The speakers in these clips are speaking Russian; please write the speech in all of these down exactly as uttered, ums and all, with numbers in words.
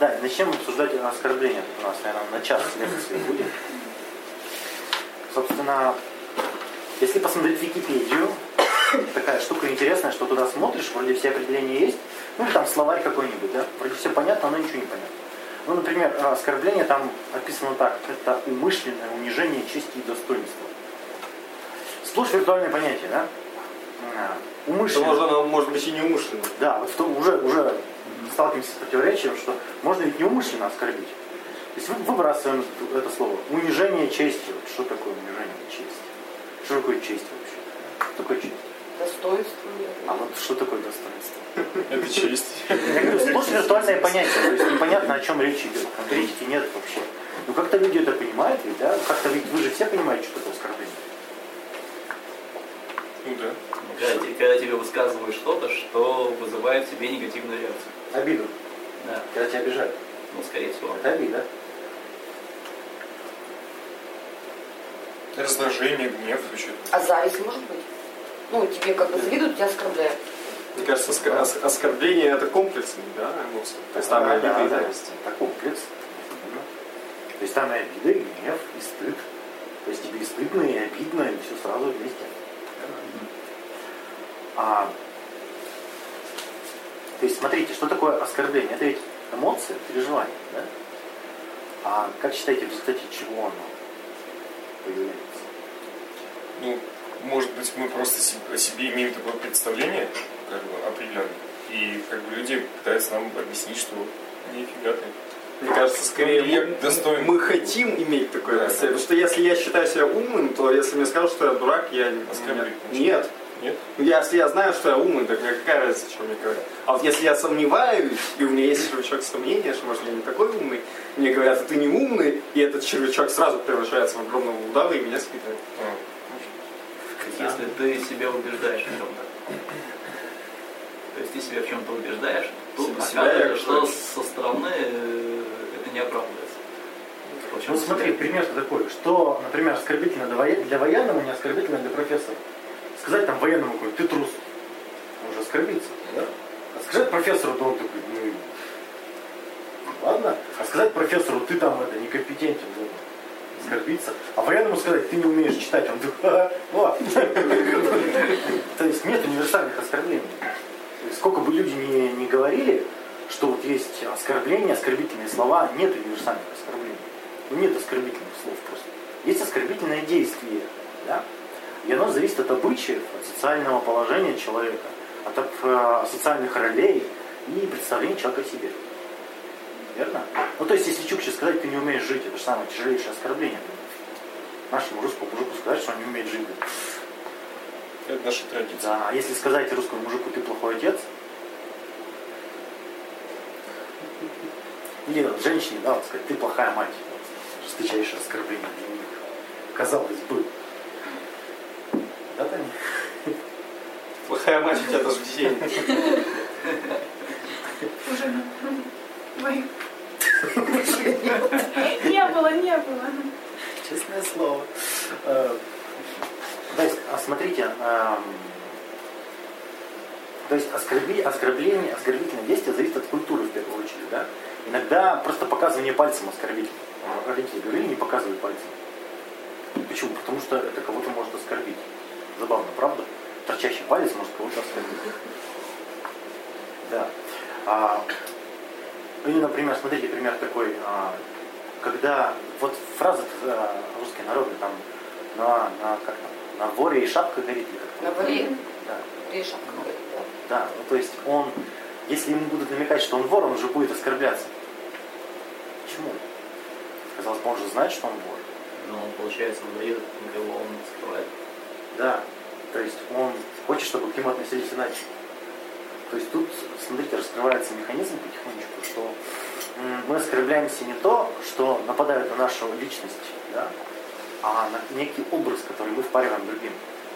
Да, начнем обсуждать оскорбления. Тут у нас, наверное, на час лекции будет. Собственно, если посмотреть Википедию, такая штука интересная, что туда смотришь, вроде все определения есть, ну или там словарь какой-нибудь, да, вроде все понятно, но ничего не понятно. Ну, например, оскорбление там описано так: это умышленное унижение чести и достоинства. Сплошь виртуальное понятие, да? Умышленное. То можно, может быть и не умышленно. Да, вот в том, уже, уже сталкиваемся с противоречием, что можно ведь неумышленно оскорбить. То есть выбрасываем это слово. Унижение чести. Вот что такое унижение чести? Что такое честь вообще? Что такое честь? Достоинство. А вот что такое достоинство? Это честь. Я говорю, сплошь виртуальное понятие. То есть непонятно, о чем речь идет. Конкретики нет вообще. Ну как-то люди это понимают ведь, да? Как-то ведь вы же все понимаете, что такое оскорбление. Ну да. Когда, когда тебе высказывают что-то, что вызывает в тебе негативную реакцию. Обиду. Да. Когда тебя обижают. Ну, скорее всего. Это обида. Раздражение, гнев еще. А зависть может быть? Ну, тебе как бы завидуют, тебя оскорбляют. Мне кажется, оскор- оскорбление это комплексный, да, эмоции. То есть там и обида, да, и да. зависть. Это комплекс. То есть там и обида, и гнев, и стыд. То есть тебе и стыдно, и обидно, и все сразу вместе. А, то есть смотрите, что такое оскорбление? Это ведь эмоции, переживания, да? А как считаете, в результате чего оно появляется? Ну, может быть, мы просто о себе имеем такое представление, как бы, определенное, и как бы люди пытаются нам объяснить, что нифига ты. Мне кажется, скорее я мы, достоин. мы хотим иметь такое Да, представление. да. Потому что если я считаю себя умным, то если мне скажут, что я дурак, я не Оскорбить. Нет. Нет? Если я знаю, что я умный, так мне какая разница, что мне говорят. А вот если я сомневаюсь, и у меня есть червячок сомнения, что, может, я не такой умный, мне говорят, что ты не умный, и этот червячок сразу превращается в огромного удава, и меня скидывает. А, Если ты себя убеждаешь в чем-то. То есть ты себя в чем-то убеждаешь, то Себя- себя я оказывается, что убеждаю. со стороны э, это не оправдывается. Ну смотри, пример такой, что, например, оскорбительно для воен- для военного, не оскорбительно для профессора. Сказать там военному какой, ты трус. Он же оскорбится, да? А сказать профессору, то он такой, ну, ладно. А сказать профессору, ты там это некомпетентен, да? Оскорбиться. А военному сказать, ты не умеешь читать, он такой, ха-ха, вот. То есть нет универсальных оскорблений. То есть сколько бы люди ни, ни говорили, что вот есть оскорбления, оскорбительные слова, нет универсальных оскорблений. Ну, нет оскорбительных слов просто. Есть оскорбительное действие, да? И оно зависит от обычаев, от социального положения человека, от э, социальных ролей и представлений человека о себе. Верно? Ну, то есть, если Чукче сказать, ты не умеешь жить, это же самое тяжелейшее оскорбление. Нашему русскому мужику сказать, что он не умеет жить. это наша традиция. Да, а если сказать русскому мужику, ты плохой отец, или вот женщине, да, вот сказать, ты плохая мать, вот, жесточайшее оскорбление для них. Казалось бы. Да, Таня? Плохая мать, у тебя даже детей нет. Уже нет. Ой. Не было, не было. Честное слово. Э, То есть, а смотрите, эм, то есть оскорби- оскорбление, оскорбительное действие зависит от культуры в первую очередь, да? Иногда просто показывание пальцем оскорбительно. Родители говорили, не показывай пальцем. Почему? Потому что это кого-то может оскорбить. Забавно, правда? Торчащий палец может кого-то оскорбить. Да. А, или, например, смотрите, пример такой, а, когда вот фраза а, русской народной там на, на, как там, на воре и шапка горит. Или как На воре. да. Воре и шапка горит, да. Да, ну, то есть он, если ему будут намекать, что он вор, он уже будет оскорбляться. Почему? Казалось бы, он же знает, что он вор. Но он, получается, выдает, никого он не скрывает. Да, то есть он хочет, чтобы к нему относились иначе. То есть тут, смотрите, раскрывается механизм потихонечку, что м, мы оскорбляемся не то, что нападают на нашу личность, да, а на некий образ, который мы впариваем другим.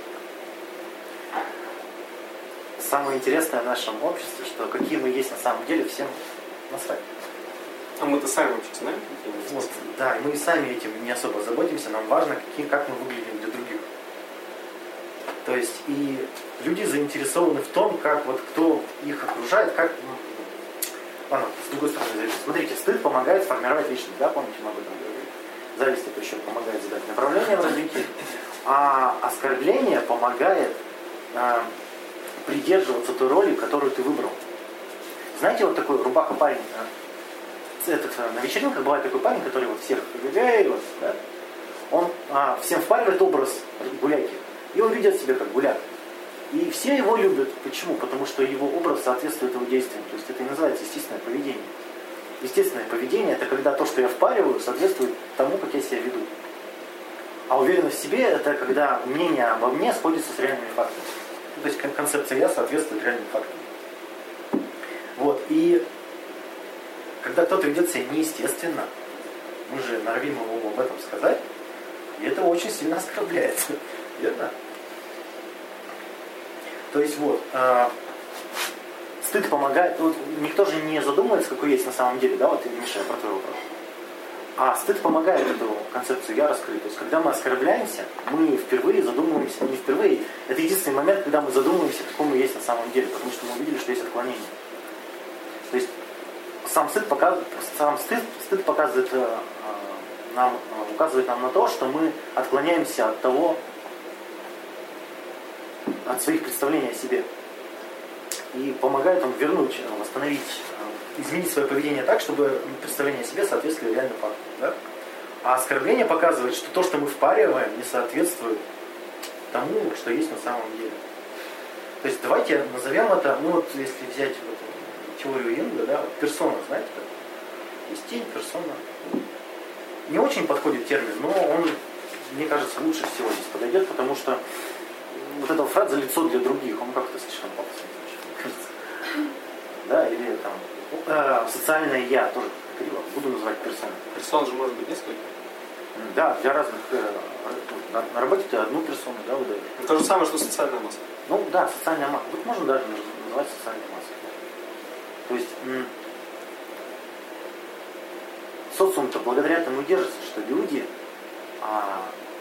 Самое интересное в нашем обществе, что какие мы есть на самом деле, всем насрать. А мы-то сами вообще знаем? Вот, да, и мы и сами этим не особо заботимся, нам важно, какие, как мы выглядим для других. То есть и люди заинтересованы в том, как вот кто их окружает, как... Ну, ладно, с другой стороны зайдем. Смотрите, помогает формировать личность, да, помните, мы об этом говорили. Зависть это еще помогает задать направление в развитии, а оскорбление помогает э, придерживаться той роли, которую ты выбрал. Знаете, вот такой рубаха парень, э, этот, э, на вечеринках бывает такой парень, который вот всех гуляет, вот, да, он э, всем впаривает образ гуляки, и он ведет себя как гуляк. И все его любят. Почему? Потому что его образ соответствует его действиям. То есть это и называется естественное поведение. Естественное поведение – это когда то, что я впариваю, соответствует тому, как я себя веду. А уверенность в себе – это когда мнение обо мне сходится с реальными фактами. То есть концепция «я» соответствует реальным фактам. Вот. И когда кто-то ведет себя неестественно, мы же норовим ему об этом сказать, и это очень сильно оскорбляет. Верно? То есть вот, э, стыд помогает, вот, никто же не задумывается, какой есть на самом деле, да, вот Миша, про твой вопрос. А стыд помогает эту концепцию «я» раскрыть. То есть когда мы оскорбляемся, мы впервые задумываемся, не впервые, это единственный момент, когда мы задумываемся, какой мы есть на самом деле, потому что мы увидели, что есть отклонение. То есть сам стыд показывает, сам стыд, стыд показывает э, нам, указывает нам на то, что мы отклоняемся от того, от своих представлений о себе. И помогает он вернуть, восстановить, изменить свое поведение так, чтобы представление о себе соответствовало реальным фактам. Да? А оскорбление показывает, что то, что мы впариваем, не соответствует тому, что есть на самом деле. То есть давайте назовем это, ну вот если взять вот теорию Юнга, да, вот персона, знаете, как? Есть тень, персона. Не очень подходит термин, но он, мне кажется, лучше всего здесь подойдет, потому что вот эта фраза «лицо для других», он как-то слишком пафосный, мне кажется. Да, или там э, социальное «я» тоже криво, буду называть персоной. Персон же может быть несколько. Да, для разных, э, на, на работе ты одну персону, да, выдаешь. То же самое, что социальная масса. Ну да, социальная масса. Вот можно даже называть социальной массой. То есть м- социум-то благодаря этому держится, что люди а,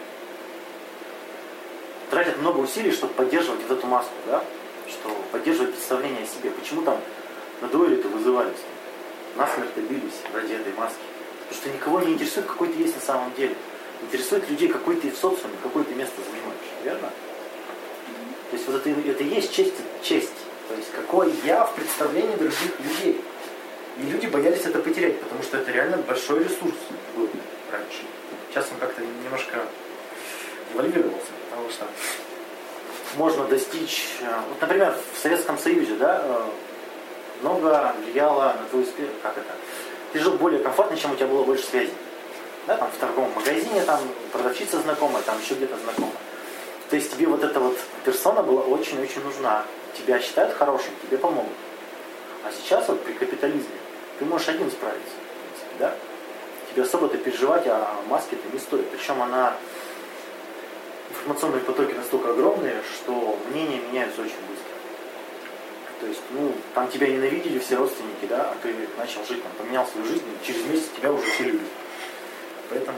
тратят много усилий, чтобы поддерживать вот эту маску, да? Что поддерживать представление о себе. Почему там на дуэли-то вызывались? Насмерть бились ради этой маски. Потому что никого не интересует, какой ты есть на самом деле. Интересует людей, какой ты в социуме, какое ты место занимаешь. Верно? То есть вот это, это и есть честь, честь. То есть какой я в представлении других людей. И люди боялись это потерять, потому что это реально большой ресурс был раньше. Сейчас он как-то немножко девальвировался, потому что можно достичь... Вот, например, в Советском Союзе, да, много влияло на твой успех, как это... Ты жил более комфортно, чем у тебя было больше связей. Да, там в торговом магазине, там продавщица знакомая, там еще где-то знакомая. То есть тебе вот эта вот персона была очень-очень нужна. Тебя считают хорошим, тебе помогут. А сейчас вот при капитализме ты можешь один справиться. В принципе, да? Тебе особо-то переживать о маске-то не стоит. Причем она... Информационные потоки настолько огромные, что мнения меняются очень быстро. То есть, ну, там тебя ненавидели все родственники, да, а ты начал жить, там, поменял свою жизнь, и через месяц тебя уже все любят. Поэтому...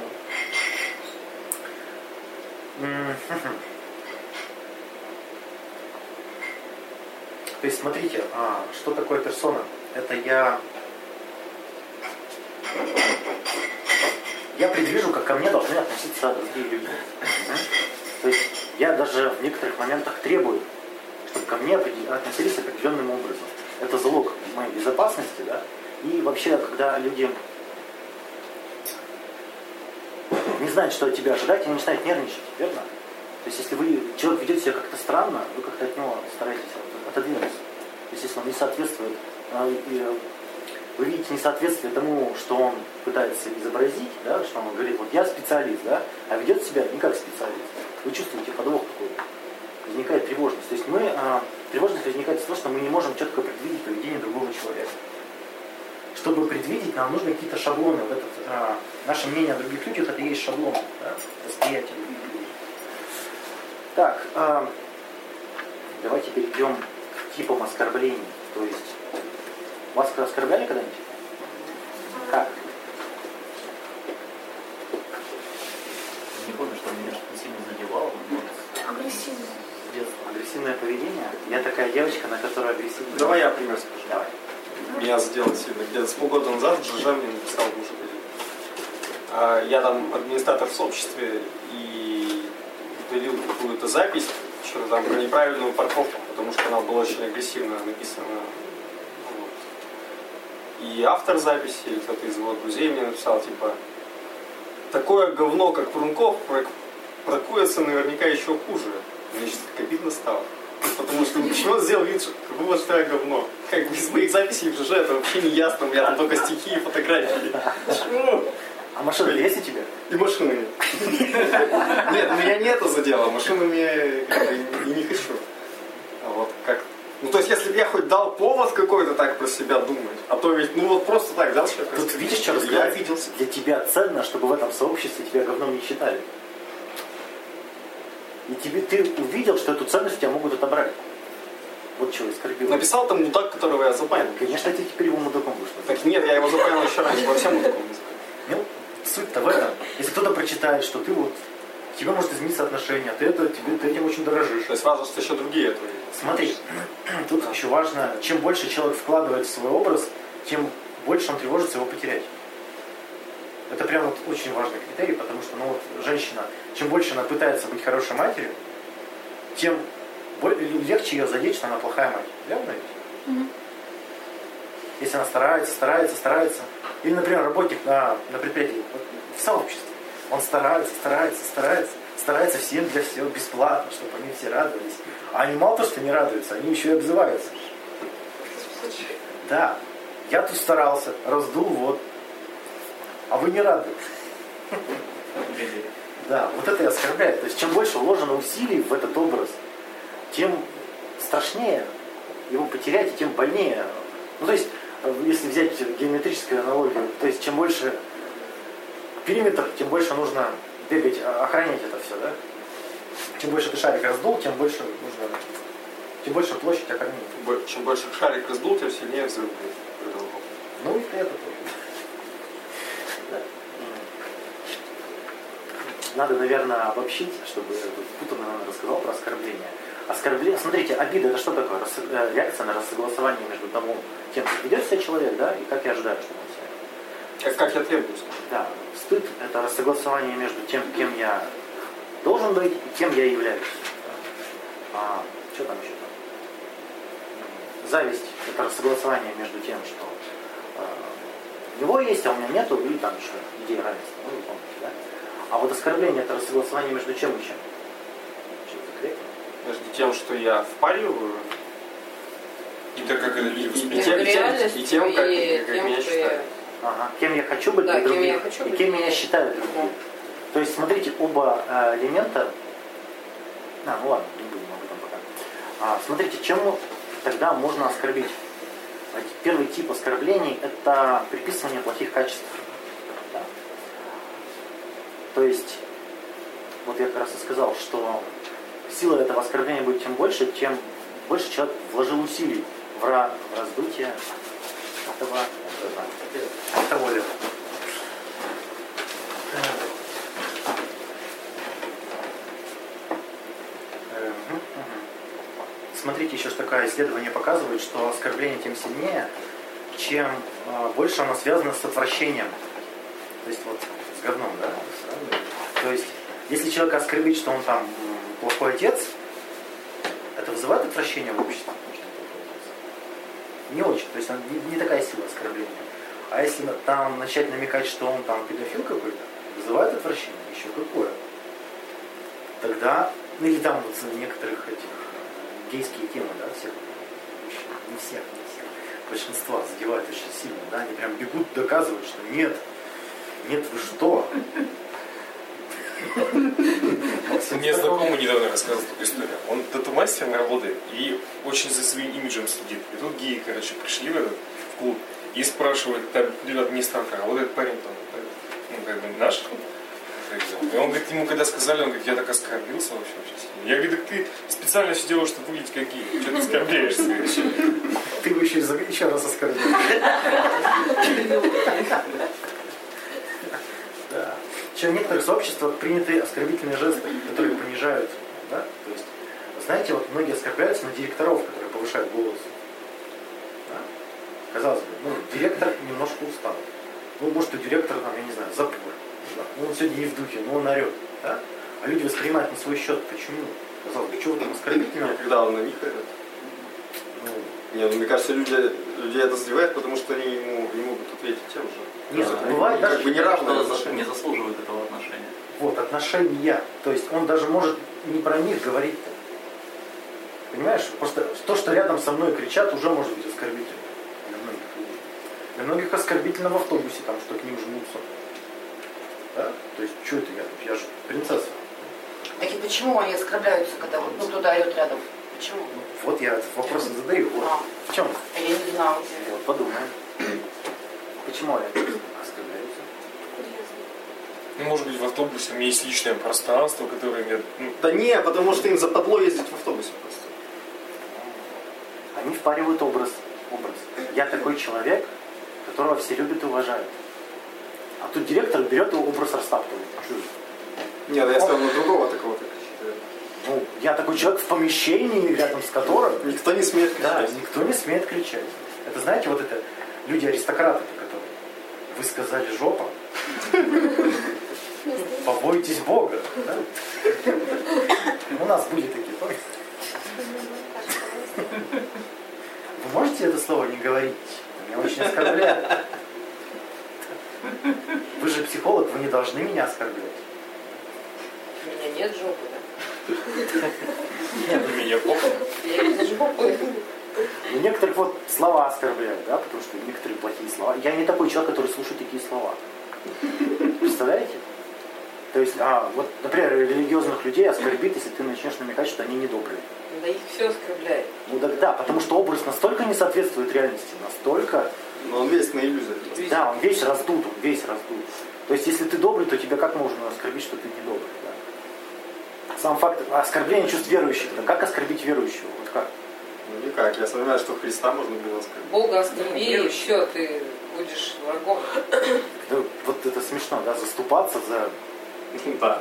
То есть, смотрите, а, что такое персона? Это я... Я предвижу, как ко мне должны относиться другие люди. То есть, я даже в некоторых моментах требую, чтобы ко мне относились определенным образом. Это залог моей безопасности, да? И вообще, когда люди не знают, что от тебя ожидать, они начинают нервничать, верно? То есть, если вы, человек ведет себя как-то странно, вы как-то от него стараетесь отодвинуться. То есть, если он не соответствует, вы видите несоответствие тому, что он пытается изобразить, да, что он говорит, вот я специалист, да, а ведет себя не как специалист. Вы чувствуете подвох какой-то. Возникает тревожность. То есть мы, а, тревожность возникает из того, что мы не можем четко предвидеть поведение другого человека. Чтобы предвидеть, нам нужны какие-то шаблоны. Вот этот, а, наше мнение о других людях, это и есть шаблон, да, восприятие других людей. Так, а, давайте перейдем к типам оскорблений. То есть, вас оскорбляли когда-нибудь? Как? Не помню, что меня что-то сильно задевало. Агрессивно. Агрессивное поведение. Я такая девочка, на которую агрессивно. Давай я пример скажу. Давай. Я меня задело сильно. Где-то с полгода назад Джижа мне написал мужик один. А, я там администратор в сообществе и удалил какую-то запись, что-то там про неправильную парковку, потому что она была очень агрессивно написана. Вот. И автор записи, или кто-то из его друзей мне написал, типа, такое говно, как Прунков, паркуется наверняка еще хуже. Мне сейчас обидно стало. Потому что ну, почему он сделал вид, что было что я говно. Как бы из моих записей в ЖЖ это вообще не ясно, у меня там только стихи и фотографии. А машина есть у тебя? И машины нет. Нет, меня не это задело, машину мне и не хочу. А вот как. Ну то есть если бы я хоть дал повод какой-то так про себя думать, а то ведь ну вот просто так взял человек. Тут видишь, что я обиделся. Для тебя ценно, чтобы в этом сообществе тебя говном не считали. И тебе, ты увидел, что эту ценность тебя могут отобрать. Вот чего оскорбил. Написал там мудак, которого я запанил. Конечно, ты теперь его мудаком будешь. Так нет, я его запанил еще раньше, во всем мудаком называю. Ну, суть-то в этом. Если кто-то прочитает, что ты вот, тебе может измениться отношения, ты, это, тебе, ты этим очень дорожишь. То есть важно, что еще другие этого видят. Смотри, тут еще важно, чем больше человек вкладывает в свой образ, тем больше он тревожится его потерять. Это прям вот очень важный критерий, потому что ну, вот, женщина, чем больше она пытается быть хорошей матерью, тем легче ее задеть, что она плохая мать. Верно ведь? Mm-hmm. Если она старается, старается, старается. Или, например, работник на, на предприятии, вот, в сообществе. Он старается, старается, старается, старается всем для всего бесплатно, чтобы они все радовались. А они мало того, что не радуются, они еще и обзываются. Да, я тут старался, раздул, вот. А вы не рады. Да, вот это и оскорбляет. То есть, чем больше вложено усилий в этот образ, тем страшнее его потерять, и тем больнее. Ну, то есть, если взять геометрическую аналогию, то есть, чем больше периметр, тем больше нужно бегать, охранять это все, да? Чем больше ты шарик раздул, тем больше нужно, тем больше площадь охранять. Чем больше шарик раздул, тем сильнее взрыв будет. Ну, и это тоже. Надо, наверное, обобщить, чтобы тут путанно рассказал про оскорбление. Оскорбление, смотрите, обида это что такое? Рас... Реакция на рассогласование между тому, тем, как ведет себя человек, да, и как я ожидаю, что он себя. Как, как я требую. Да. Стыд это рассогласование между тем, кем я должен быть и кем я являюсь. А что там еще там? Зависть это рассогласование между тем, что э, у него есть, а у меня нету, и там еще идея равенства. Ну, вы помните, да? А вот оскорбление это рассогласование между чем и чем? Между тем, что я впариваю, и так как это люди и, и, тем, и, тем, и тем, как, и как тем, меня считают. Ага. Кем я хочу быть да, для кем других, я хочу и быть, кем меня считают другие. Да. То есть, смотрите, оба э, элемента... А, ну ладно, не будем об этом пока. А, смотрите, чем тогда можно оскорбить? Первый тип оскорблений – это приписывание плохих качеств. Да. То есть, вот я как раз и сказал, что сила этого оскорбления будет тем больше, тем больше человек вложил усилий в, ra- в раздутие этого, этого воли. Смотрите, еще что такое исследование показывает, что оскорбление тем сильнее, чем э, больше оно связано с отвращением. То есть вот с говном, да? То есть, если человека оскорбить, что он там плохой отец, это вызывает отвращение в обществе? Не очень. То есть не, не такая сила оскорбления. А если там начать намекать, что он там педофил какой-то, вызывает отвращение? Еще какое? Тогда, ну или там вот некоторых этих гейские темы, да, всех, не всех, не всех, большинства задевают очень сильно, да, они прям бегут доказывать, что нет, нет, вы что? Мне знакомый недавно рассказывал такую историю. Он тату-мастером работает и очень за своим имиджем следит. И тут геи, короче, пришли в этот в клуб и спрашивают там администратора, а вот этот парень там, ну, как бы наш? И он говорит, ему когда сказали, он говорит, я так оскорбился вообще. Я говорю, так ты специально все делаешь, чтобы выглядеть как гей. Что ты оскорбляешься вообще? Ты его еще, еще раз оскорбил. Да. Еще в некоторых сообществах приняты оскорбительные жесты, которые понижают. Да? То есть, знаете, вот многие оскорбляются на директоров, которые повышают голос. Да? Казалось бы, ну, директор немножко устал. Ну, может, у директора, там, я не знаю, запор. Да. Ну, он сегодня не в духе, но он орет. Да? А люди воспринимают на свой счет. Почему? Казалось бы, чего там оскорбительного? Когда он на них орет. Ну, Нет, ну, мне кажется, люди, людей это задевает, потому что они ему не могут ответить тем же. Нет, это бывает как даже, бы неравное Что отношение. не заслуживает этого отношения. вот, отношения. То есть он даже может не про них говорить-то. Понимаешь? Просто то, что рядом со мной кричат, уже может быть оскорбительно для многих людей. Для многих оскорбительно в автобусе, там, что к ним жмутся. Да? То есть, что это я тут? Я же принцесса. Так и почему они оскорбляются, когда вот, ну, кто-то орет рядом? Почему? Вот я этот вопрос и задаю. Вот. А. В чем? Я не знаю. Вот, подумаем. Почему они оскорбляются? Ну, может быть, в автобусе у меня есть личное пространство, которое мне... Ну, Да не, потому что им западло ездить в автобусе просто. Они впаривают образ. образ. Я такой человек, которого все любят и уважают. А тут директор берет его образ растаптывает. Чё? Нет, я сказал на другого такого так считаю. Ну, я такой человек в помещении, рядом с которым... Никто не смеет Да, кричать. никто не смеет кричать. Это, знаете, вот это люди-аристократы, которые... Вы сказали жопа? Побойтесь Бога. Да? У нас были такие, помните? Вы можете это слово не говорить? Меня очень оскорбляет. Вы же психолог, вы не должны меня оскорблять. У меня нет жопы, да? у меня попа. Я без жопы. Ну, некоторых вот слова оскорбляют, да, потому что некоторые плохие слова. Я не такой человек, который слушает такие слова. Представляете? То есть, а, вот, например, религиозных людей оскорбит, если ты начнешь намекать, что они недобрые. Да их все оскорбляет. Ну так да, потому что образ настолько не соответствует реальности, настолько... Но он весь на иллюзиях. Да, он весь раздут, он весь раздут. То есть, если ты добрый, то тебя как можно оскорбить, что ты недобрый? Да? Сам факт оскорбления чувств верующих, да, как оскорбить верующего? Вот как? Ну никак. Я сомневаюсь, что Христа можно было оскорбить. Бога оскорби, и все, ты будешь врагом. Ну, вот это смешно, да, заступаться за... Да.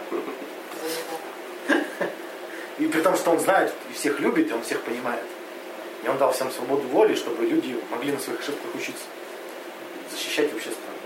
И при том, что он знает, и всех любит, и он всех понимает. И он дал всем свободу воли, чтобы люди могли на своих ошибках учиться. Защищать вообще страну.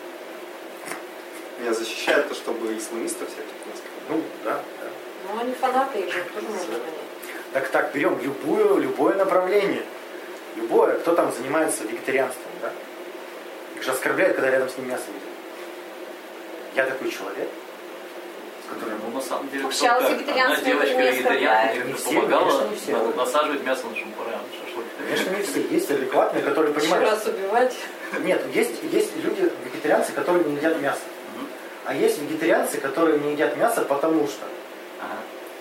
Меня защищает то, чтобы исламистов всяких не оскорбили. Ну, да, да. Ну, они фанаты, их же тоже можно понять. Так, так, берем любую, любое направление. Любое. Кто там занимается вегетарианством, да? Их же оскорбляют, когда рядом с ним мясо едят. Я такой человек, с которым... Ну, на самом деле, Общалась кто как. вегетарианством, Одна девочка это не вегетарианка, оскорбляет. мне Не все, помогала конечно, не все. на- насаживать мясо на шампурян, шашлык. Конечно, не все. Есть адекватные, которые Еще понимают... раз убивать. Нет, есть, есть люди, вегетарианцы, которые не едят мясо. Мгм. А есть вегетарианцы, которые не едят мясо, потому что... Ага.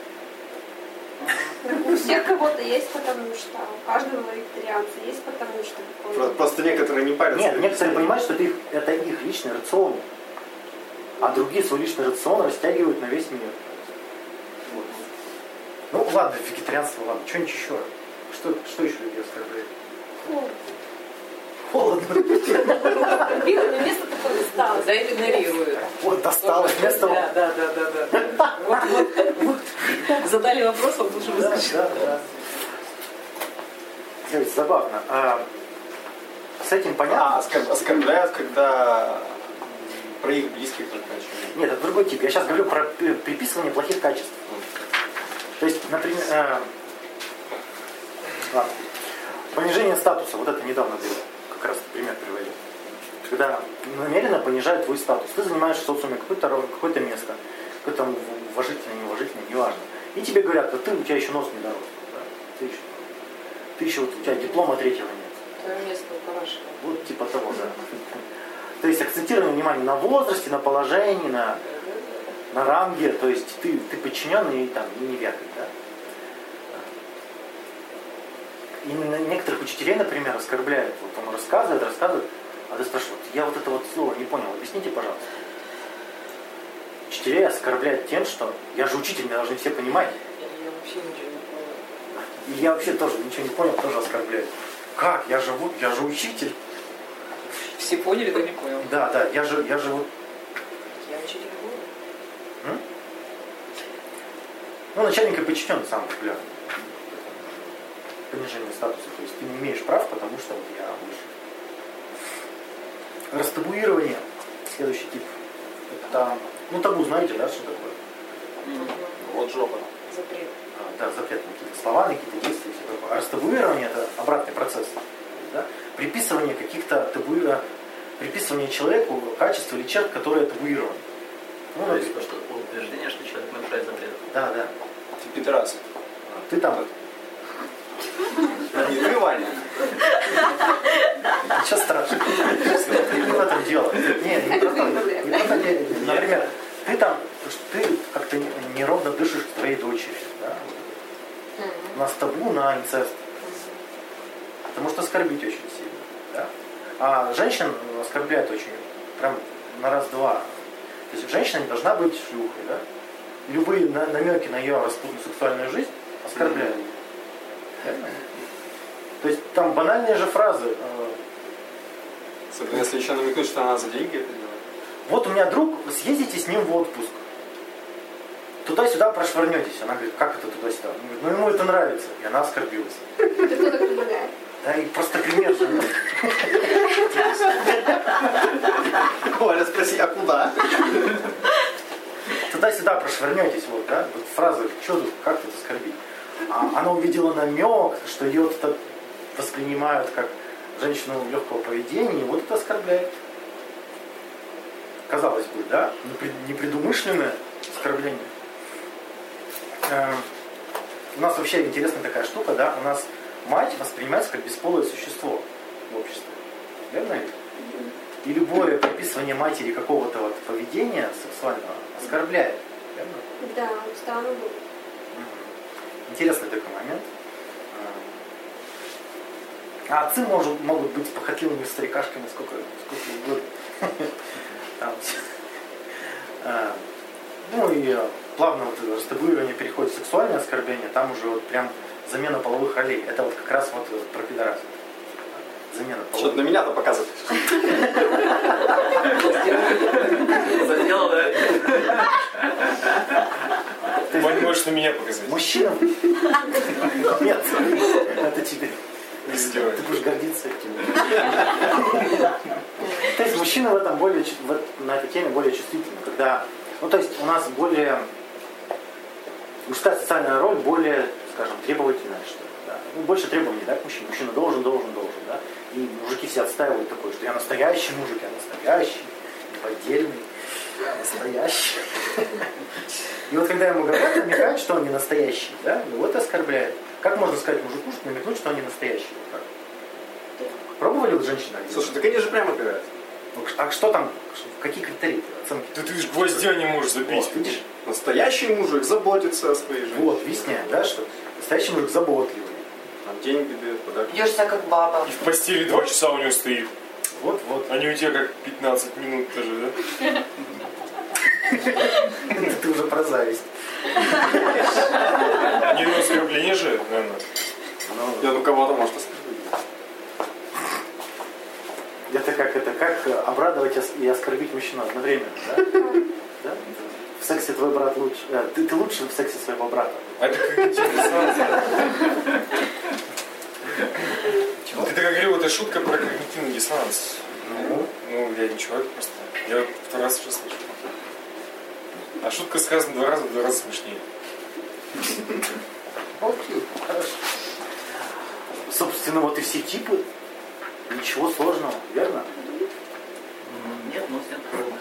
У всех кого-то есть потому что. У каждого вегетарианца есть потому что. Про- какой-то. Просто некоторые не парятся. Нет, некоторые понимают, что это их, это их личный рацион. А другие свой личный рацион растягивают на весь мир. Вот. Ну ладно, вегетарианство, ладно. Что-нибудь еще? Что, что еще людей оскорбляет? Холодно. Видно, место такое осталось. Да, это игнорируют. Вот досталось место. Да, да, да, да, да. Вот, вот, вот. Задали вопрос, он лучше Да, выскочил. да, да. Кстати, забавно. А, с этим А, понятно? оскор- оскорбляют, когда м, про их близких только о чем. Нет, это другой тип. Я сейчас говорю про при- приписывание плохих качеств. То есть, например, э, ладно. Понижение статуса. Вот это недавно было. Как раз пример приводил. Когда намеренно понижают твой статус. Ты занимаешь в социуме какое-то, какое-то место. Какое-то там уважительное, неуважительное, неважно. И тебе говорят, да ты, у тебя еще нос не дорос. Да? Ты еще, ты еще, вот, у тебя диплома третьего нет. Твое место у Парашина. Вот типа того, да. То есть акцентирование внимания на возрасте, на положении, на, на ранге. То есть ты, ты подчиненный и там, и не вякой, да. Именно некоторых учителей, например, оскорбляют. Вот он рассказывает, рассказывает, а ты спрашиваешь, вот я вот это вот слово не понял, объясните, пожалуйста. Учителей оскорбляют тем, что я же учитель, меня должны все понимать. Я вообще ничего не понял. И я вообще тоже ничего не понял, тоже оскорбляют. Как? Я же, вот- я же учитель. Все поняли, ты не понял. Да, да, я же, я же вот... Я учитель не буду. М? Ну, начальник и подчиненный самый популярный. Понижение статуса. То есть ты не имеешь прав, потому что вот я выше. Растабуирование. Следующий тип. Это, ну, табу знаете, да, что такое? Вот жопа. Запрет. А, да, запретные какие-то слова, какие-то действия и все такое. А растабуирование это обратный процесс. Да? Приписывание каких-то табу... приписывание человеку качеств или черт, которые табуированы. Ну, То есть то, что утверждение, что человек нарушает запрет. да, да. Ты пидорас. Ты там. А не ты, Ваня. Ничего страшного. Не в этом дело. Не, не про то. Не про то дело. Например, ты там, ты как-то неровно дышишь к твоей дочери. Да? У нас табу на инцест. Потому что оскорбить очень сильно. Да? А женщин оскорбляют очень, прям на раз-два. То есть женщина не должна быть шлюхой. Да? Любые намеки на ее распутную сексуальную жизнь оскорбляют. Верно? То есть там банальные же фразы. Особенно если еще намекнуть, что она за деньги это делает. Вот у меня друг, съездите с ним в отпуск. Туда-сюда прошвырнетесь. Она говорит, как это туда-сюда? Он говорит, ну ему это нравится. И она оскорбилась. Ты кто так предлагает? Да и просто пример же. Валя, спроси, а куда? Туда-сюда прошвырнетесь. Вот, да? Вот фраза, что тут, как тут оскорбить? А она увидела намек, что ее вот воспринимают как женщину легкого поведения, и вот это оскорбляет. Казалось бы, да? Непредумышленное оскорбление. Э, у нас вообще интересная такая штука, да? У нас мать воспринимается как бесполое существо в обществе. Верно? И любое приписывание матери какого-то вот поведения сексуального оскорбляет. Верно? Да, стану был. Интересный такой момент. А отцы может, могут быть похотливыми старикашками сколько, сколько угодно. Там. Ну и плавно вот растабуирование переходит в сексуальное оскорбление, там уже вот прям замена половых ролей. Это вот как раз вот про пидорас. Замена половых. Что-то на меня-то показывает. Заделал, да? Вань, можешь на меня показать? Мужчина? Нет, это тебе. Не сделай. Ты будешь гордиться этим. То есть мужчина в этом более, на этой теме более чувствительны. Когда, ну то есть у нас более, мужская социальная роль более, скажем, требовательная, что ли. Да? Ну, больше требований, да, к мужчине. Мужчина должен, должен, должен, да. И мужики все отстаивают такое, что я настоящий мужик, я настоящий, неподдельный, настоящий. И вот когда ему говорят, намекают, что он не настоящий, да, его это оскорбляет. Как можно сказать мужику, что намекнуть, что он не настоящий? Вот так. Пробовали вот женщины? Слушай, так они же прямо говорят. Ну, а что там, какие критерии оценки? Да ты же гвоздя не можешь забить. Вот, видишь? Настоящий мужик заботится о своей жизни. Вот, весня, да, что настоящий мужик заботливый. Там деньги дает, подарки. Ведешь себя как баба. И в постели два часа у него стоит. Вот, вот. Они у тебя как пятнадцать минут тоже, да? Ты уже про зависть. Не ну оскорбление же, наверное. Я ну кого-то может оскорбить. Это как, это как обрадовать и оскорбить мужчину одновременно, да? Да? В сексе твой брат лучше. Э, ты, ты лучше в сексе своего брата. А это когнитивный диссонанс. Ты так говорил, это шутка про когнитивный диссонанс. Ну, Ну, я не человек просто. Я второй раз уже слышу. А шутка сказана два раза, в два раза смешнее. окей, хорошо. Собственно, вот и все типы. Ничего сложного, верно? Нет, но все трудно.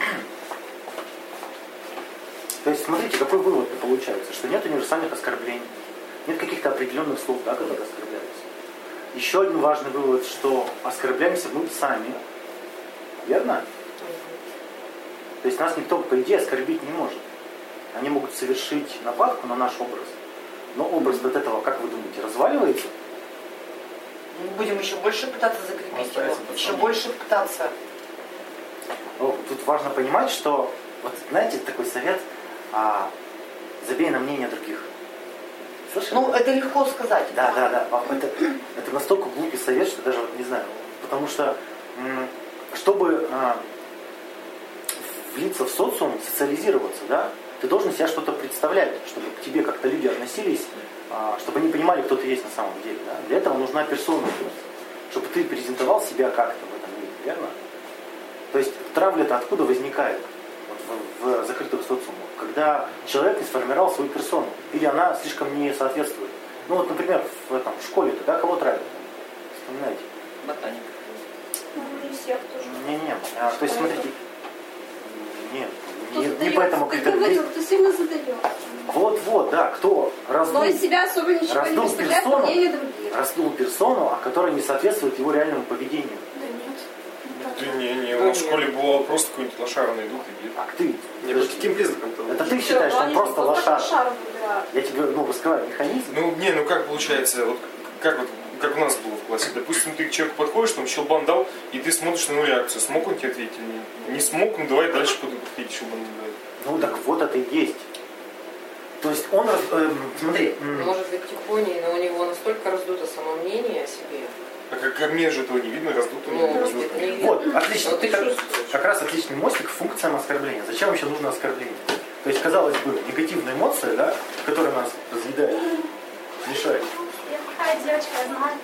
То есть, смотрите, какой вывод получается, что нет универсальных оскорблений, нет каких-то определенных слов, да, которые оскорбляются. Еще один важный вывод, что оскорбляемся мы сами, верно? То есть нас никто, по идее, оскорбить не может. Они могут совершить нападку на наш образ, но образ от этого, как вы думаете, разваливается? Мы будем еще больше пытаться закрепить его. Еще больше пытаться. Ну, тут важно понимать, что, вот знаете, такой совет, а, забей на мнение других. Слышали? Ну, это легко сказать. Да, да, да. Это, это настолько глупый совет, что даже вот не знаю. Потому что, чтобы а, влиться в социум, социализироваться, да, ты должен себя что-то представлять, чтобы к тебе как-то люди относились, а, чтобы они понимали, кто ты есть на самом деле. Да? Для этого нужна персона, чтобы ты презентовал себя как-то в этом мире, верно? То есть травля-то откуда возникает? Вот в, в закрытых социумах. Когда человек не сформировал свою персону. Или она слишком не соответствует. Ну вот, например, в, этом, в школе тогда кого травят? Вспоминайте. Ботаник. Ну, и всех тоже. Не-не. А, то есть, смотрите. Нет, не, не Кто по этому задается, критерию. ты говорил, кто сильно задается. Вот-вот, да, кто раздул, Но из себя особо ничего не раздул представляет, по персону, мнению других. раздул персону, а которая не соответствует его реальному поведению. Да нет. Да не, не, он в школе был просто какой-нибудь лошарный дух и бьет. А ты? Не, по каким признакам-то? Это ты Всё, считаешь, что он они просто вот так лошара? лошару выбирают. Я тебе ну, раскрываю механизм. Ну, не, ну как получается, вот как вот как у нас было в классе. Допустим, ты к человеку подходишь, там щелбан дал, и ты смотришь на его реакцию. Смог он тебе ответить или нет? Не смог, ну давай дальше буду подходить, щелбан не дает. Ну так вот это и есть. То есть он, раз- э, смотри, м, Может быть тихоней, но у него настолько раздуто самомнение о себе. А как, как мне же этого не видно, раздуто Ну, не раздуто. не видно. вот, отлично. Но ты как, чувствуешь. как раз отличный мостик к функциям оскорбления. Зачем вообще нужно оскорбление? То есть, казалось бы, негативная эмоция, да, которая нас разъедает, мешает. Я такая девочка, я знаю.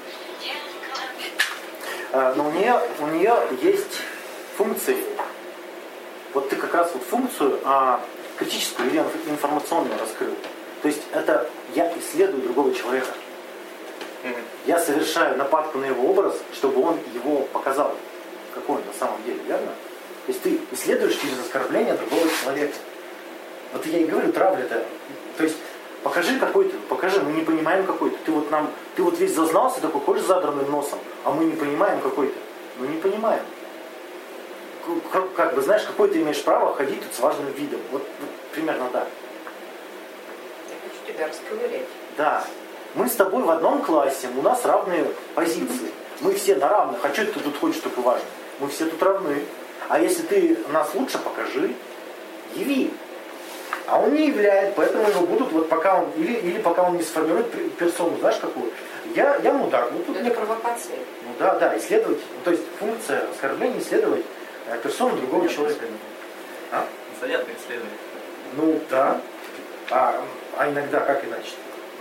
А, но у нее, у нее есть функции. Вот ты как раз вот функцию а, критическую или инф- информационную раскрыл. То есть это я исследую другого человека. Мгм. Я совершаю нападку на его образ, чтобы он его показал, какой он на самом деле, верно? То есть ты исследуешь через оскорбление другого человека. Вот я и говорю, травля это. То есть покажи какой-то, покажи, мы не понимаем какой-то. Ты вот нам, ты вот весь зазнался, такой ходишь с задранным носом, а мы не понимаем какой-то. Мы не понимаем. Как, как бы, знаешь, какой ты имеешь право ходить тут с важным видом. Вот, вот примерно так. Я хочу тебя расковырять. Да. Мы с тобой в одном классе, у нас равные позиции. Мы все на равных. А что ты тут ходишь такой важный? Мы все тут равны. А если ты нас лучше, покажи, яви. А он не являет, поэтому его будут, вот пока он, или, или пока он не сформирует пр- персону, знаешь какую? Я, я мудак. Ну, тут Это мне- провокация. ну да, да, исследовать. Ну, то есть функция оскорбления исследовать э, персону другого человека. А? Занятно исследовать. Ну да. А, а иногда как иначе?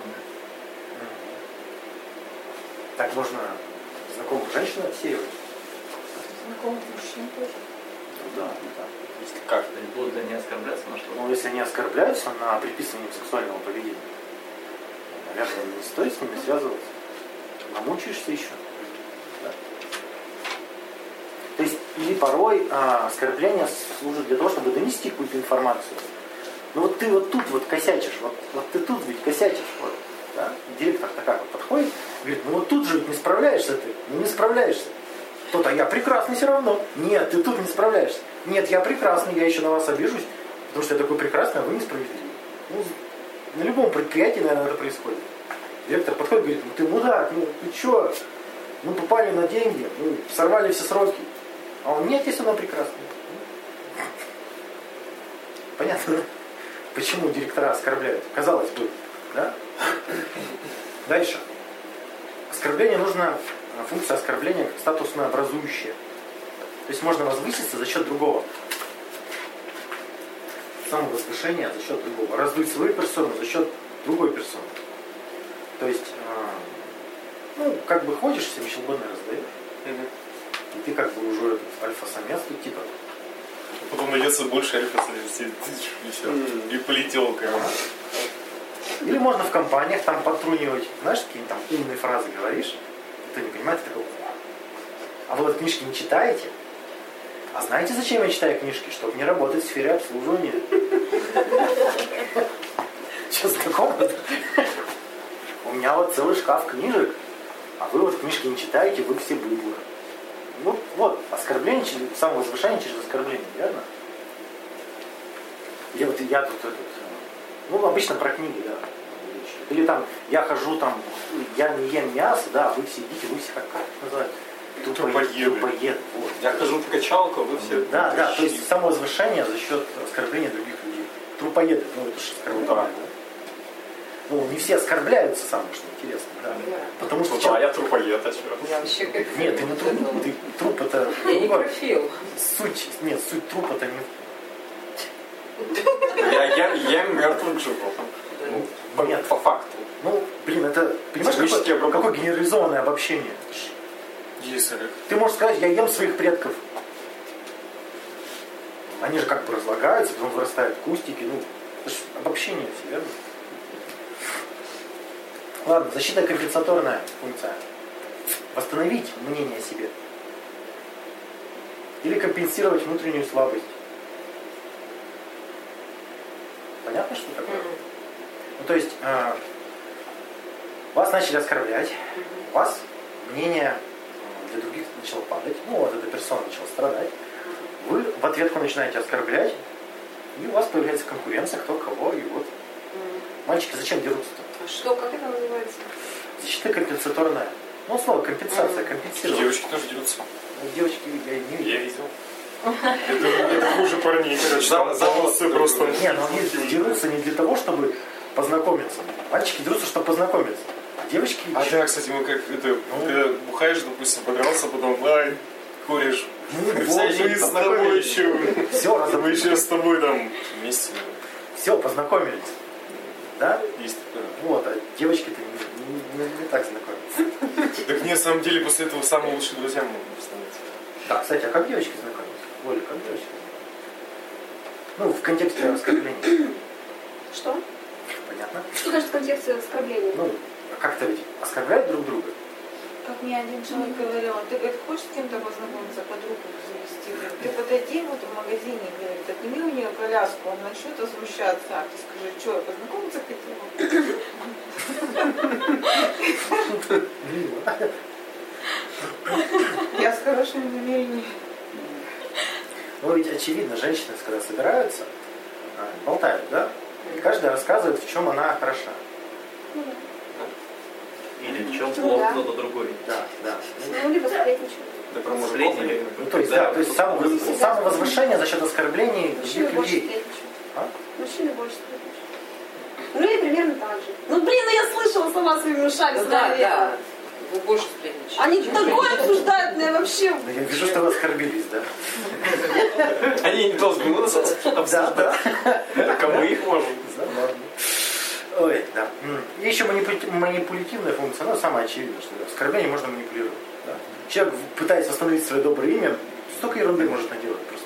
Так можно знакомых женщин отсеивать. Знакомых мужчин тоже. Ну да, да. Если как. То есть будут ли они оскорбляться на что-то? Ну, если они оскорбляются на приписывание сексуального поведения, наверное, не стоит с ними связываться. Намучаешься еще. Да. То есть, или порой а, оскорбление служит для того, чтобы донести какую-то информацию. Ну вот ты вот тут вот косячишь, вот, вот ты тут ведь косячишь. Вот, да? Директор такая вот подходит, говорит, ну вот тут же ведь не справляешься ты, ну не справляешься. Кто-то, а я прекрасный все равно. Нет, ты тут не справляешься. Нет, я прекрасный, я еще на вас обижусь, потому что я такой прекрасный, а вы несправедливы. Ну, на любом предприятии, наверное, это происходит. Директор подходит и говорит, ну ты мудак, ну ты че? Мы попали на деньги, ну, сорвали все сроки. А он, нет, если она прекрасная. Понятно, почему директора оскорбляют? Казалось бы, да? Дальше. Оскорбление нужно, функция оскорбления как статусно образующая. То есть можно возвыситься за счет другого. Самовозвышение за счет другого. Раздуть свою персону за счет другой персоны. То есть, э, ну, как бы ходишь, всем щелбаны раздаешь. И ты как бы уже альфа-самец, тут типа. Потом найдется больше альфа-самец, и все. И полетел, короче. Или можно в компаниях там подтрунивать. Знаешь, какие-нибудь там умные фразы говоришь, ты не понимаешь, ты такой, а вы вот книжки не читаете? А знаете, зачем я читаю книжки? Чтобы не работать в сфере обслуживания. Что знакомо? У меня вот целый шкаф книжек, а вы вот книжки не читаете, вы все быдло. Ну вот, оскорбление, через, самовозвышение через оскорбление, верно? Или вот я тут этот, ну обычно про книги, да. Или там, я хожу там, я не ем мясо, да, вы все едите, вы все как, как это называют? Трупоеды. Трупоеды, вот. Я хожу в качалку, вы все... Да, да, то есть самовозвышение за счет оскорбления других людей. Трупоеды, ну это же оскорбление, да. Ну, не все оскорбляются, самое что интересно, да. Потому что... Ну да, я трупоед, а что? Я вообще как... Нет, ты не труп, ты труп это... Я не профил. Суть, нет, суть труп это не... Я, я, я мертвым живу. Ну, нет. По факту. Ну, блин, это, понимаешь, Технически какое, обработка. какое генерализованное обобщение? Есть, Олег. Ты можешь сказать, я ем своих предков. Они же как бы разлагаются, потом вырастают кустики. Ну, это же обобщение все, верно? Ладно, защита компенсаторная функция. Восстановить мнение о себе. Или компенсировать внутреннюю слабость. Понятно, что такое? Mm-hmm. Ну, то есть, э, вас начали оскорблять, mm-hmm. у вас мнение для других начало падать, ну, вот эта персона начала страдать. Mm-hmm. Вы в ответку начинаете оскорблять, и у вас появляется конкуренция, кто кого, и вот. Mm-hmm. Мальчики зачем дерутся-то? А что, как это называется? Защита компенсаторная. Ну, слово компенсация, Mm-hmm. компенсировать. Девочки тоже дерутся. Ну, девочки, я не видел. Я видел. Это, это хуже парней, короче, там волосы просто... Не, ну они дерутся не для того, чтобы познакомиться. Мальчики дерутся, чтобы познакомиться. А девочки... А да, кстати, мы как это, ну, когда бухаешь, допустим, подрался, потом, ай, куришь. Ну, мы вот, с тобой еще... Все, раз мы еще с тобой там вместе. Все, познакомились. Да? Есть такое. Вот, а девочки-то не, не, не так знакомятся. Так мне, на самом деле, после этого самые лучшие друзья могут становиться. Да, кстати, а как девочки знакомятся? Оля, как девочки знакомятся? Ну, в контексте оскорбления. Что? Понятно? Что значит в контексте оскорбления? Ну, как-то ведь оскорбляют друг друга. Как мне один человек говорил, ты, говорит, хочешь с кем-то познакомиться, подругу завести? Говорит, ты подойди вот в магазине, говорит, отними у нее коляску, он начнет возмущаться. А ты скажи, что, я познакомиться хотела? Я с хорошими намерениями. Ну, ведь очевидно, женщины, когда собираются, болтают, да? И каждая рассказывает, в чем она хороша. Или в чем Ну, да. кто-то другой. Да, да. Ну, либо сплетничают. Да про мужиков Сплетни. или- Ну, то есть, да, то есть само, самовозвышение за счет оскорблений Мужчины других больше людей. сплетничают. А? Мужчины больше сплетничают. Ну, или примерно так же. Ну блин, ну я слышала сама своими ушами. Ну да, своими. да. Вы больше сплетничаете. Они такое обсуждают, мне вообще. Ну, я вижу, что вы оскорбились, да? Они не должны у нас Да, да. кому их можно. Забавно. Ой, да. М. И еще манипу- манипулятивная функция, ну, самое очевидное, что оскорбление можно манипулировать. Да. Человек, пытаясь восстановить свое доброе имя, столько ерунды может наделать просто.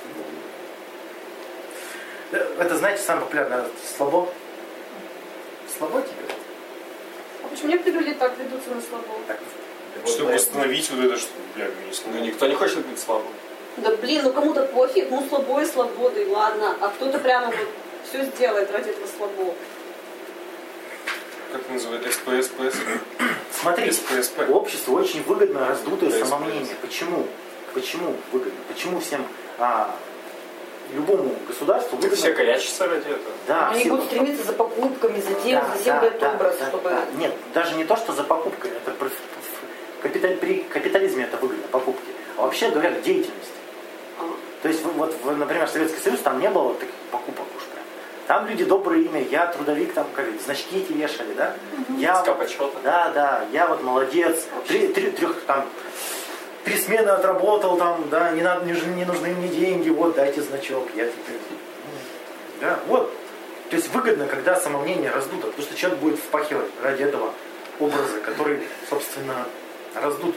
Это, знаете, самое популярное слабо. Слабо тебе? А почему некоторые люди так ведутся на слабо? Так. Чтобы восстановить вот это, что, бля, мне Ну, никто не хочет быть слабым. Да блин, ну кому-то пофиг, ну слабо и слабо, да и ладно. А кто-то прямо вот все сделает ради этого слабо. как это называют, эс пэ эс пэ эс? Смотри, эс пэ эс пэ. обществу очень выгодно раздутое СПС. самомнение. Почему? Почему выгодно? Почему всем, а, любому государству Так выгодно? все корячатся ради этого. Да, Они все- будут стремиться за покупками, за тем, Да, за тем, да, этот да, образ, да, чтобы... да. Нет, даже не то, что за покупками. Это при, в капиталь- при капитализме это выгодно, покупки. А вообще говоря, к деятельности. А. То есть, вы- вот, вы, например, Советский Союз, там не было таких покупок уж прям. Там люди доброе имя, я трудовик, там, как это, значки эти вешали, да? Я Ска вот- почета. Да, да, я вот молодец. Три, три, трех, там, три смены отработал, там, да, не, надо, не, нужны- не нужны мне деньги, вот, дайте значок, я теперь... Да, вот. То есть выгодно, когда самомнение раздуто, потому что человек будет впахивать ради этого образа, который, собственно, раздут.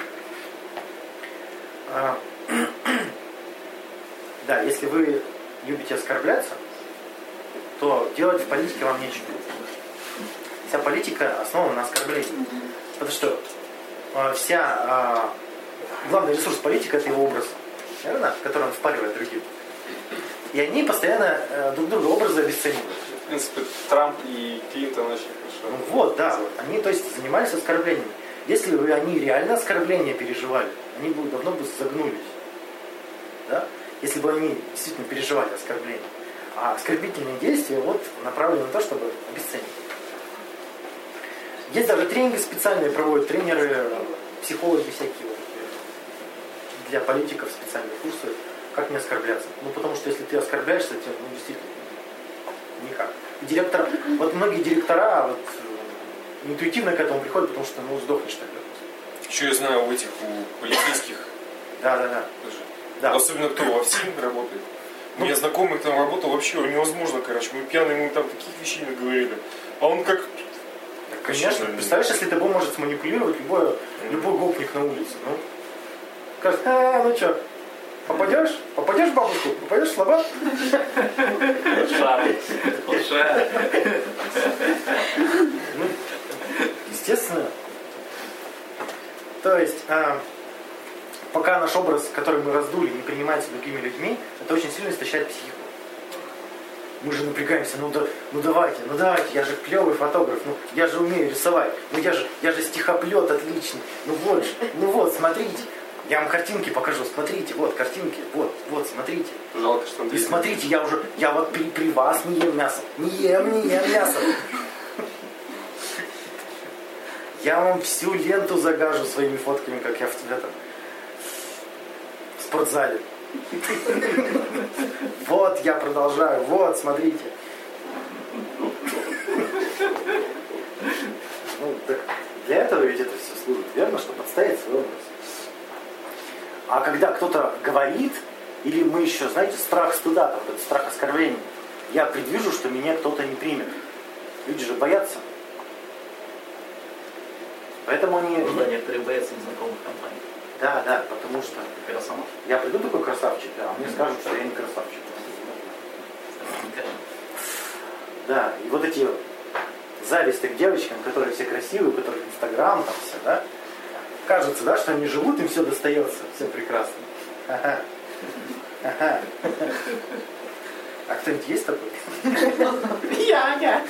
А, да, если вы любите оскорбляться, то делать в политике вам нечего. Вся политика основана на оскорблении. Потому что а, вся а, главный ресурс политика — это его образ, верно? Который он впаривает другим. И они постоянно э, друг друга образы обесценивают. В принципе, Трамп и Клинтон очень хорошо. Ну вот, да, вот. Они, то есть, занимались оскорблениями. Если бы они реально оскорбления переживали, они бы давно бы загнулись. Да? Если бы они действительно переживали оскорбления. А оскорбительные действия вот направлены на то, чтобы обесценить. Есть даже тренинги специальные проводят тренеры, психологи всякие вот, для политиков специальные курсы, как не оскорбляться. Ну потому что если ты оскорбляешься, тебе ну, действительно никак. И директор, вот многие директора вот, интуитивно к этому приходят, потому что ну сдохнешь тогда. Еще я знаю у этих, у полицейских Да, да, да. тоже. Да. Особенно кто во ВСИМ работает. У меня знакомый там работал вообще невозможно, короче. Мы пьяные, мы там таких вещей наговорили. А он как... Конечно. Представляешь, если тобой может сманипулировать любой, любой гопник на улице. Ну, скажет, а, ну что, Попадешь? Попадешь в бабушку? Попадешь в слабак? Шар. Шар. Ну, естественно. То есть, а, пока наш образ, который мы раздули, не принимается другими людьми, это очень сильно истощает психику. Мы же напрягаемся, ну, да, ну давайте, ну давайте, я же клевый фотограф, ну я же умею рисовать, ну я же, я же стихоплет отличный, ну вот же, ну вот, смотрите, я вам картинки покажу, смотрите, вот картинки, вот, вот, смотрите. Жалко, что он И смотрите, я уже, я вот при, при вас не ем мясо, не ем, не ем мясо. Я вам всю ленту загажу своими фотками, как я в этом в спортзале. Вот, я продолжаю. Вот, смотрите. Ну, так для этого ведь это все служит, верно? Чтобы подставить свой образ. А когда кто-то говорит, или мы еще, знаете, страх стыда, вот этот страх оскорбления, я предвижу, что меня кто-то не примет. Люди же боятся. Поэтому они... Ну да, некоторые боятся незнакомых компаний. Да, да, потому что Как раз сама. я приду такой красавчик, а мне скажут, что я не красавчик. Да, и вот эти зависти к девочкам, которые все красивые, у которых Инстаграм, там все, да, кажется, да, что они живут, им все достается, все прекрасно. Ага. Ага. А кто-нибудь есть такой? Я, я.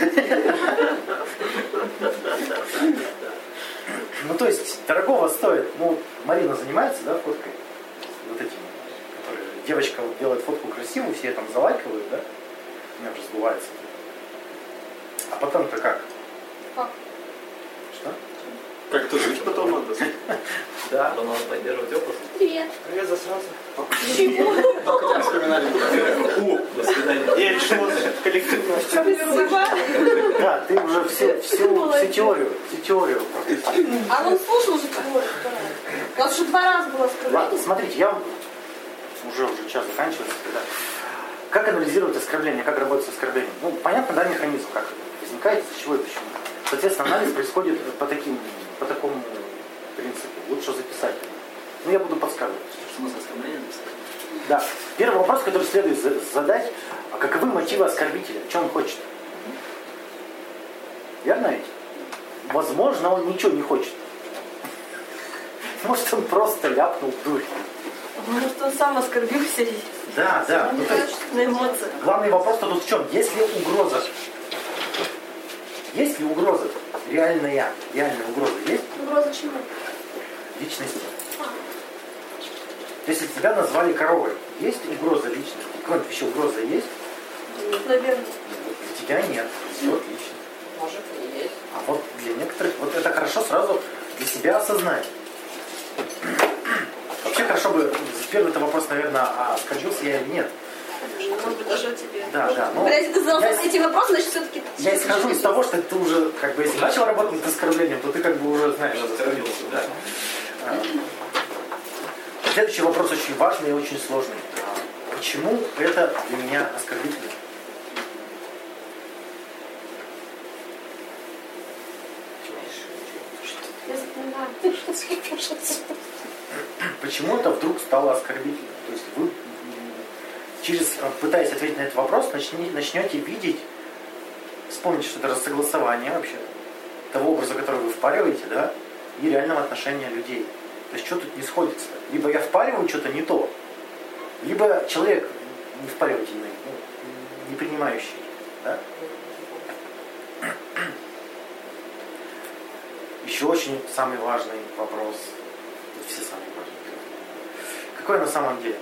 Ну, то есть, дорогого стоит. Ну, Марина занимается, да, фоткой? Вот этим, которые... Девочка вот делает фотку красивую, все там залайкивают, да? У меня уже сбывается. А потом-то как? Как? Что? Как-то жить потом надо. Да. Потом надо поддерживать опыт. Привет. Привет, засрался. Только тебя вспоминали. До свидания. Я решил коллективно. Спасибо. Да, ты уже всю, всю, всю теорию, всю теорию. А он слушал уже теорию. У нас уже два раза было Ладно, оскорбление. смотрите, я уже, уже час заканчивается. Да. Как анализировать оскорбление, как работать с оскорблением? Ну, понятно, да, механизм, как это возникает, из чего и почему. Соответственно, анализ происходит по, таким, по такому принципу. Лучше записать. Ну, я буду подсказывать. Что у нас оскорбление написано? Да. Первый вопрос, который следует задать, а каковы мотивы оскорбителя? Что он хочет? Верно ведь? Возможно, он ничего не хочет. Может, он просто ляпнул дурь. Может, он сам оскорбился и Да, да. Ну, то есть, на эмоциях. главный вопрос тут в чем? Есть ли угроза? Есть ли угроза? Реальная, реальная угроза есть? Угроза чему? Личности. Если тебя назвали коровой, есть угроза личности? Какая-нибудь еще угроза есть? Наверное. Вот для тебя нет. Все отлично. Может, и есть. А вот для некоторых, вот это хорошо сразу для себя осознать. Вообще хорошо бы, первый-то вопрос, наверное, а оскорбился я или нет? Может быть, даже о тебе. Да, да. Ну, Когда ты задал я, эти вопросы, значит, все-таки... я исхожу из того, что ты уже, как бы, если начал работать над оскорблением, то ты как бы уже знаешь, что оскорбился. Да. А. Следующий вопрос очень важный и очень сложный. Почему это для меня оскорбительно? Я запоминаю. Почему это вдруг стало оскорбительным? То есть вы, через, пытаясь ответить на этот вопрос, начни, начнете видеть, вспомните, что это рассогласование вообще того образа, который вы впариваете, да, и реального отношения людей. То есть что тут не сходится? Либо я впариваю что-то не то, либо человек не впаривательный, ну, не принимающий. Да? Еще очень самый важный вопрос. Все самые важные. Какой на самом деле?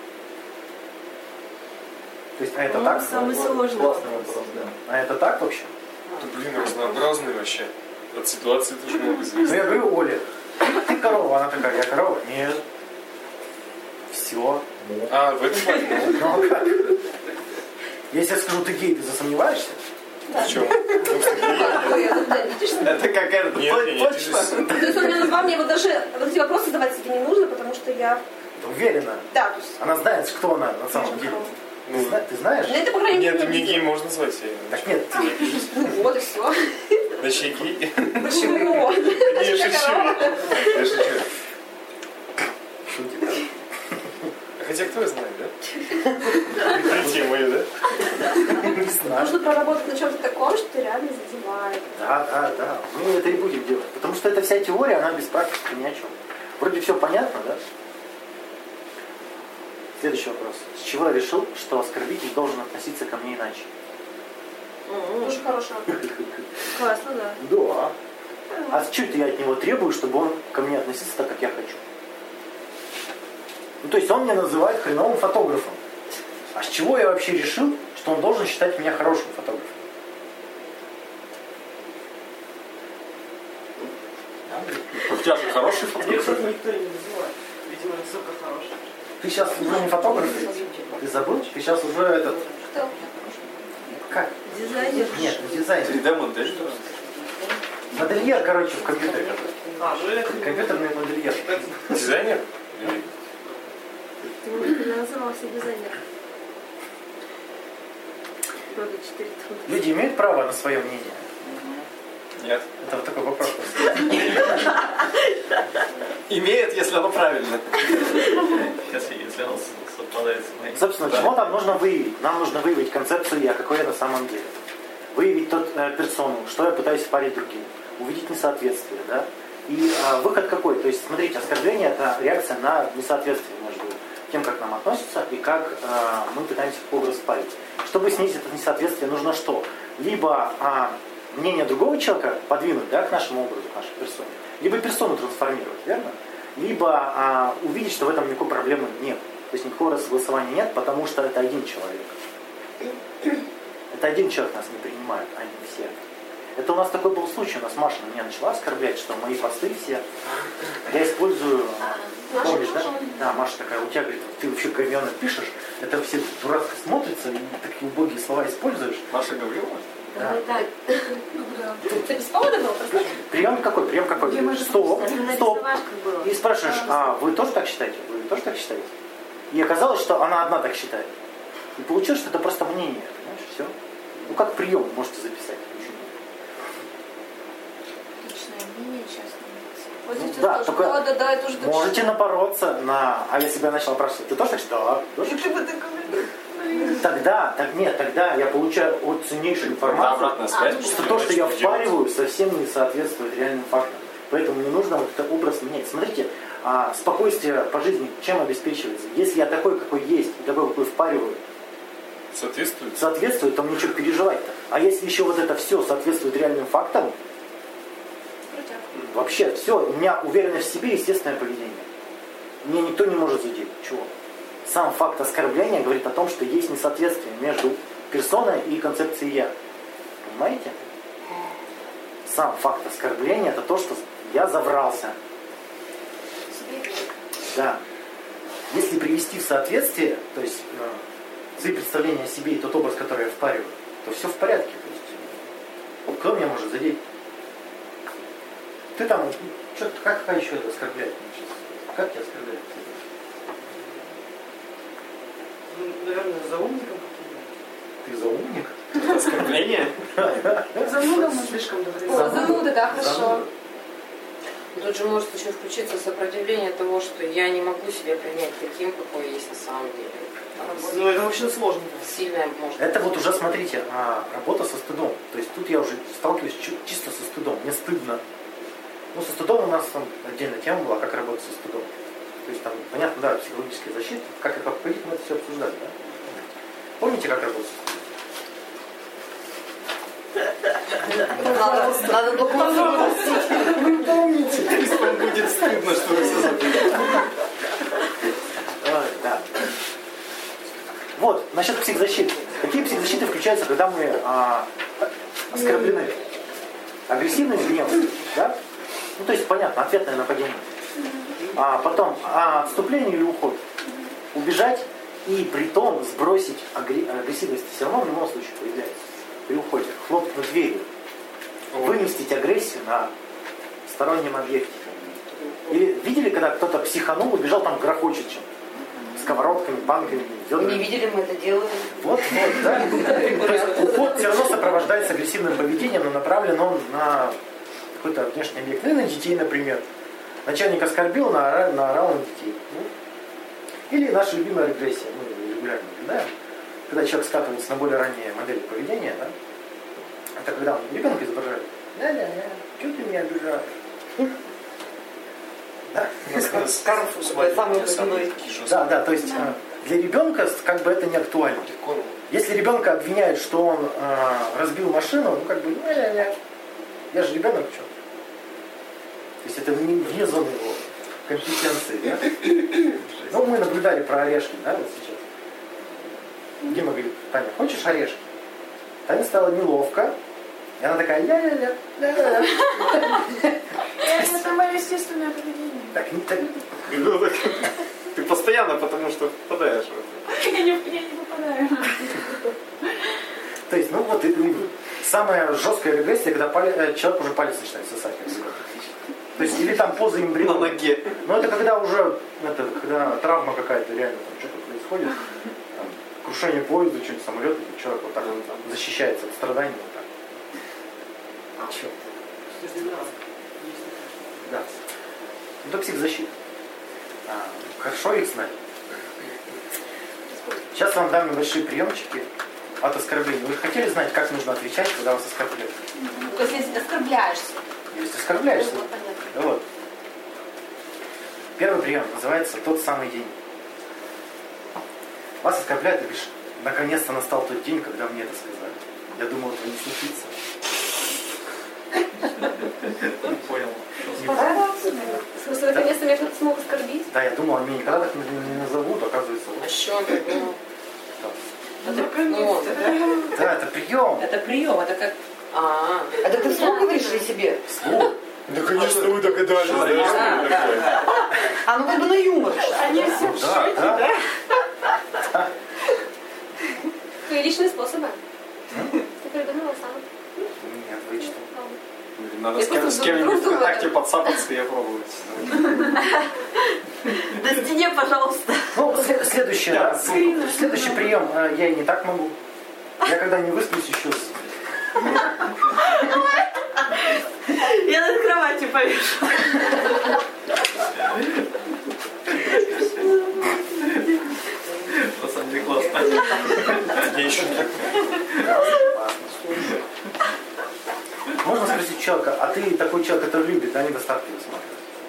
То есть, а это Ну, так? самый сложный Классный вопрос. вопрос, да. А это так вообще? Да, блин, разнообразный вообще. От ситуации тоже много Ну зависит. я говорю, Оля, ты корова, она такая, я корова? Нет. Все. А, в этом плане? Ну а как? Если я скажу, ты гей, ты засомневаешься? В чем? Да, видишь? Это какая-то Нет, я не точно. интересуюсь. То есть он меня назвал, мне вот даже вот эти вопросы задавать себе не нужно, потому что я... Ты уверена? Да, то есть... Она знает, кто она на самом деле. Ты, Ну, зна- ты знаешь? Ну, это, по крайней мере, Нет, не мне гей видно. можно назвать себя. Так нет, ты... Ну вот и все. Значит, я гей? Почему? Не, я шучу. Я шучу. Шутик. Хотя все кто знает, да? Прикрытие мое, да? Не знаю. Нужно проработать на чем-то таком, что реально задевает. Да, да, да. Мы это и будем делать. Потому что эта вся теория, она без практики ни о чем. Вроде все понятно, да? Следующий вопрос. С чего я решил, что оскорбитель должен относиться ко мне иначе? Тоже хороший вопрос. Классно, да. Да. А с чего я от него требую, чтобы он ко мне относился так, как я хочу? Ну, то есть он меня называет хреновым фотографом. А с чего я вообще решил, что он должен считать меня хорошим фотографом? У тебя же хороший Мне, фотограф. кстати, никто не называет. Видимо, ссылка хорошая. Ты сейчас уже не фотограф? Ты забыл? Ты сейчас уже этот... Кто? Как? Дизайнер? Нет, не дизайнер. три дэ-модель. Модельер, короче, в компьютере. А, ну это... Компьютерный модельер. Дизайнер? Или- Ты назывался дизайнером. Рода четыре труда. Люди имеют право на свое мнение? Нет. Это вот такой вопрос. Имеет, если оно правильно. Если, если оно с- совпадает с моим. Собственно, Да. чего нам нужно выявить? Нам нужно выявить концепцию я, какой я на самом деле. Выявить тот э, персону, что я пытаюсь впарить другим. Увидеть несоответствие, да? И э, выход какой? То есть, смотрите, оскорбление – это реакция на несоответствие между тем, как нам относятся, и как э, мы пытаемся образ впарить. Чтобы снизить это несоответствие, нужно что? Либо э, мнение другого человека подвинуть, да, к нашему образу, к нашей персоне, либо персону трансформировать, верно? Либо э, увидеть, что в этом никакой проблемы нет. То есть никакого согласования нет, потому что это один человек. Это один человек нас не принимает, а не все. Это у нас такой был случай. У нас Маша на меня начала оскорблять, что мои посты все я использую... Маша Помнишь, да? тоже? Да, Маша такая, у тебя, говорит, ты вообще говёно пишешь, это все дурацко смотрится, и такие убогие слова используешь. Маша говорила? Да. Ты без повода был просто? Прием какой? Прием какой? Стоп, стоп. было. И спрашиваешь, а вы тоже так считаете? Вы тоже так считаете? И оказалось, что она одна так считает. И получилось, что это просто мнение, понимаешь, все. Ну как прием можете записать. Личное мнение, частное мнение. Вот здесь Да, тоже. только Да, да, да, это уже можете напороться на... А если бы я начал спрашивать, ты тоже так считала? Да, тоже? Тогда, так нет, тогда я получаю от ценнейшую Это информацию, обратная связь. что то, что я впариваю, совсем не соответствует реальным фактам. Поэтому мне нужно вот этот образ менять. Смотрите, а, спокойствие по жизни чем обеспечивается? Если я такой, какой есть, и такой, какой впариваю, Соответствует? соответствует, то мне что переживать-то? А если еще вот это все соответствует реальным фактам, вообще все, у меня уверенность в себе, естественное поведение. Меня никто не может задеть. Чего? Сам факт оскорбления говорит о том, что есть несоответствие между персоной и концепцией я. Понимаете? Сам факт оскорбления это то, что я заврался. Да. Если привести в соответствие, то есть э, свои представления о себе и тот образ, который я впариваю, то все в порядке. То есть, кто меня может задеть? Ты там, что, как, как еще это оскорблять? Как тебя оскорбляют? Ну, наверное, за умником каким-то. Ты за умник? Оскорбление? Зануда мы слишком добрые. О, зануда, да, хорошо. Зануда. Тут же может еще включиться сопротивление того, что я не могу себя принять таким, какой есть на самом деле. Ну, это очень сложно. Сильная может Это быть. вот уже, смотрите, а, работа со стыдом. То есть тут я уже сталкиваюсь чу- чисто со стыдом. Мне стыдно. Ну, со стыдом у нас там отдельная тема была, как работать со стыдом. То есть там, понятно, да, психологическая защита, как это обходить, мы это все обсуждали, да? Помните, как работать со стыдом? Надо, надо документировать. Вы помните? Вам будет стыдно, что вы все забыли. Ой, да. Вот, насчет психзащиты. Какие психзащиты включаются, когда мы а, оскорблены? Агрессивность, гнев, да? Ну, то есть, понятно, ответное нападение. А потом, а, отступление или уход? Убежать и при том сбросить агре- агрессивность все равно в любом случае появляется. При уходе. Хлопнуть дверью. Выместить агрессию на стороннем объекте. Или видели, когда кто-то психанул, убежал, там грохочет чем? Сковородками, банками, ведрами. Не видели, мы это делаем. Вот, вот, да. То есть уход все равно сопровождается агрессивным поведением, но направлен он на какой-то внешний объект. Ну и на детей, например. Начальник оскорбил, наорал, наорал на детей. Ну. Или наша любимая регрессия, мы ее регулярно наблюдаем, когда человек скатывается на более ранние модели поведения, да? Это когда он ребенка изображает. Ля-ля-ля, что ты меня обижаешь? Да? Да, да, то есть да. Для ребенка как бы это не актуально. Если ребенка обвиняют, что он э, разбил машину, ну как бы, ну, я, я, я же ребенок, что? То есть это вне, вне зоны его компетенции, да? Ну, мы наблюдали про орешки, да, вот сейчас. Дима говорит, Таня, хочешь орешки? Таня стала неловко, и она такая, я-я-я, я-я-я. Это мое естественное поведение. Так, не так. Ты постоянно, потому что попадаешь в это. Я не, я не попадаю. То есть, ну вот, и, самая жесткая регрессия, когда палец, человек уже палец начинает сосать. То есть, или там поза эмбриона. На ноге. Но это когда уже, это, когда травма какая-то реально, там что-то происходит, там, крушение поезда, что-нибудь самолет, и человек вот так вот, там, защищается от страданий. Вот так. Черт. Да. Это психозащита. А, хорошо их знать. Сейчас вам дам небольшие приемчики от оскорблений. Вы хотели знать, как нужно отвечать, когда вас оскорбляют? То есть, если оскорбляешься. Если оскорбляешься. Ну, вот, понятно. Вот. Первый прием называется «Тот самый день». Вас оскорбляют и говоришь, наконец-то настал тот день, когда мне это сказали. Я думал, этого не случится. Не понял. В смысле, наконец-то меня кто-то смог оскорбить? Да, я думал, они никогда так не, не назовут, оказывается. А Вот. что он так думал? Это Наконец-то, да? Да, это прием. Это прием, это как... А, Это ты вслух говоришь или себе? Вслух. Наконец-то вы догадались, да, что это такое? А ну как бы на юмор. Они все в Да, шоке, да. да? Твои личные способы. Ты придумала сам. Нет, вычитал. Надо Я с, кем, просто с кем-нибудь думаю, ВКонтакте подцапаться и опробовать. На стене, пожалуйста. Ну, след- следующий, да, следующий прием э, я и не так могу. Я когда не высплюсь еще с- Я над кроватью повешу. На самом деле классно. Я еще не так. Можно спросить человека, а ты такой человек, который любит, да, недостатки высматривать?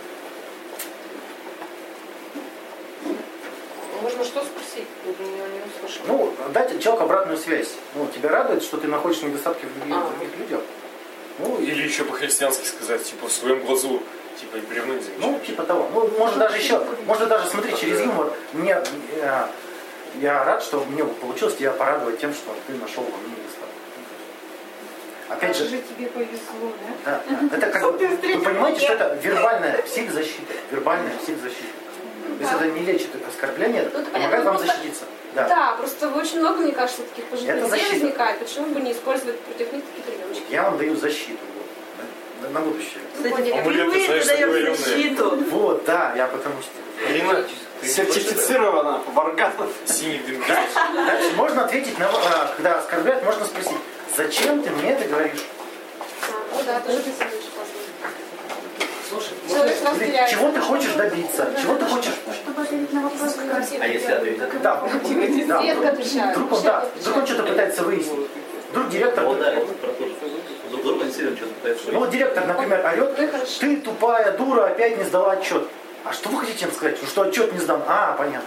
можно что спросить? Я не, не услышала. Ну, дать человеку обратную связь. Ну, тебя радует, что ты находишь недостатки в других, А. других людях. Ну, Или еще по-христиански сказать, типа, в своем глазу, типа, и бревно не замечаешь. Ну, типа того. Ну, может даже еще, может даже, смотри, через юмор. Мне, я, я рад, что мне получилось тебя порадовать тем, что ты нашел во мне недостаток. Опять же, Как же тебе повезло, да? да, да, это как бы, вы понимаете, что это вербальная психзащита. Вербальная психзащита. То есть это не лечит оскорбление, Ну, это помогает понятно, вам просто- защититься. Да. Да, просто очень много, мне кажется, таких пожилых Это людей защита. возникает. Почему бы не использовать против них такие приемчики? Я вам даю защиту. Вот, на, на будущее. Кстати, Амулеты, впервые знаешь, ты даешь заговоренные. защиту. Вот, да, я потому что... Ирина сертифицирована Варганов. Синий дым. Дальше можно ответить, на, а, когда оскорбляют, можно спросить, зачем ты мне это говоришь? А, ну да, тоже писали очень классно. Слушай, Человек сразу или теряется. чего ты хочешь добиться? Чего ты хочешь? Чтобы ответить на вопрос, как А если ответить? Да, да. Редко отвечают. Вдруг он, да, вдруг он что-то пытается выяснить. Вдруг директор... Вот, да, это про то же. Вдруг он действительно что-то пытается Ну вот директор, например, орет, Ну и хорошо. ты тупая дура, опять не сдала отчет. А что вы хотите им сказать? Что отчет не сдан? А, понятно.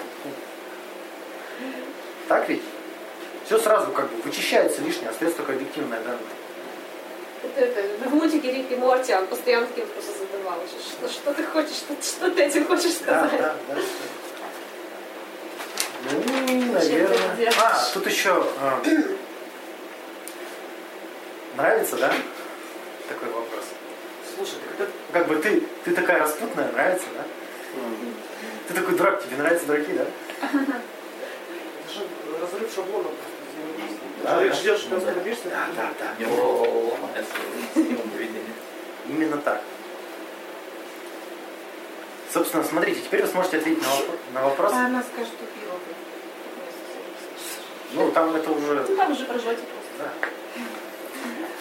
Так ведь? Все сразу как бы вычищается лишнее, остается только объективная данная. Это, это, в мультике Рик и Морти он постоянно такие вопросы задавал. Что, что ты хочешь, что, что ты этим хочешь Да, сказать? да, да. Ну, наверное. А, тут еще а, нравится, да? Такой вопрос. Слушай, ты, как бы ты, ты такая распутная, нравится, да? Ты такой дурак, тебе нравятся дураки, да? Это же разрыв шаблона. Да, Человек да. ждет, что ты оскорбишься. Да, да, да. У него ломается стимул поведения. Именно так. Собственно, смотрите, теперь вы сможете ответить на, вопрос, на вопрос. А она скажет, что пиво бы. Ну, там это уже... Ну там уже проживайте просто. Да.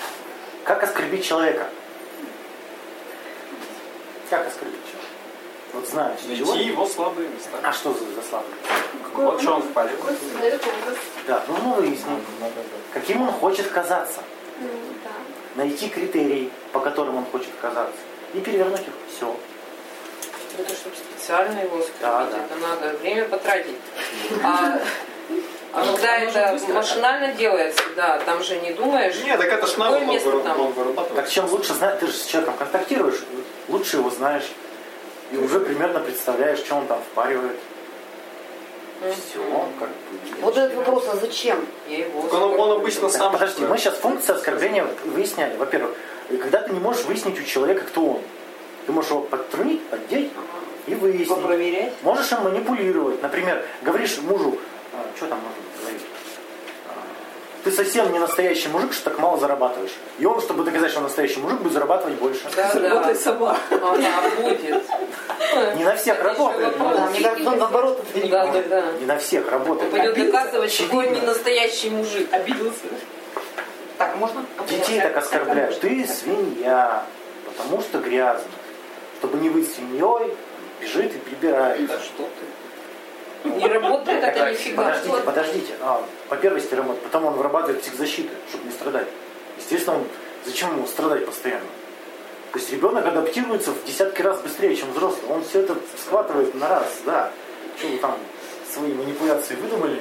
Как оскорбить человека? Как оскорбить человека? вот знаю, Найти чего. его слабые места. А что за, за слабые? Вот что он впаривает. Какой создает образ. Да, нужно выяснить, каким он хочет казаться. М, да. Найти критерии, по которым он хочет казаться. И перевернуть их. Все. Это чтобы специально его оскорбить, Да, да. это надо время потратить. А, а когда это машинально делается, да, там же не думаешь. Нет, так это ж какое навык он место выраб- там. он вырабатывает. Так чем лучше знаешь, ты же с человеком контактируешь, лучше его знаешь. И уже примерно представляешь, что он там впаривает. Все, как бы. Вот этот вопрос, а зачем? Я его Так он, он обычно Так, сам... подожди, мы сейчас функции оскорбления выясняли. Во-первых, и когда ты не можешь выяснить у человека, кто он. Ты можешь его подтрунить, поддеть и выяснить. Попроверять? Можешь им манипулировать. Например, говоришь мужу, а, что там можно говорить? А, ты совсем не настоящий мужик, что так мало зарабатываешь. И он, чтобы доказать, что он настоящий мужик, будет зарабатывать больше. Да, да. Работает сама. Она будет. Не на всех работает. Да, мне кажется, он наоборот это Да, да, да. Не на всех Он работает. пойдет Обидно. доказывать, какой он не настоящий мужик. обиделся. Так, можно? Детей так оскорбляют. Ты свинья, потому что грязно. Чтобы не быть свиньей, бежит и прибирает. Да что ты? Не работает это нифига. Подождите, подождите. А, по первости работает, потом он вырабатывает психозащиту, чтобы не страдать. Естественно, он, зачем ему страдать постоянно? То есть ребенок адаптируется в десятки раз быстрее, чем взрослый. Он все это схватывает на раз, да. Что вы там свои манипуляции выдумали?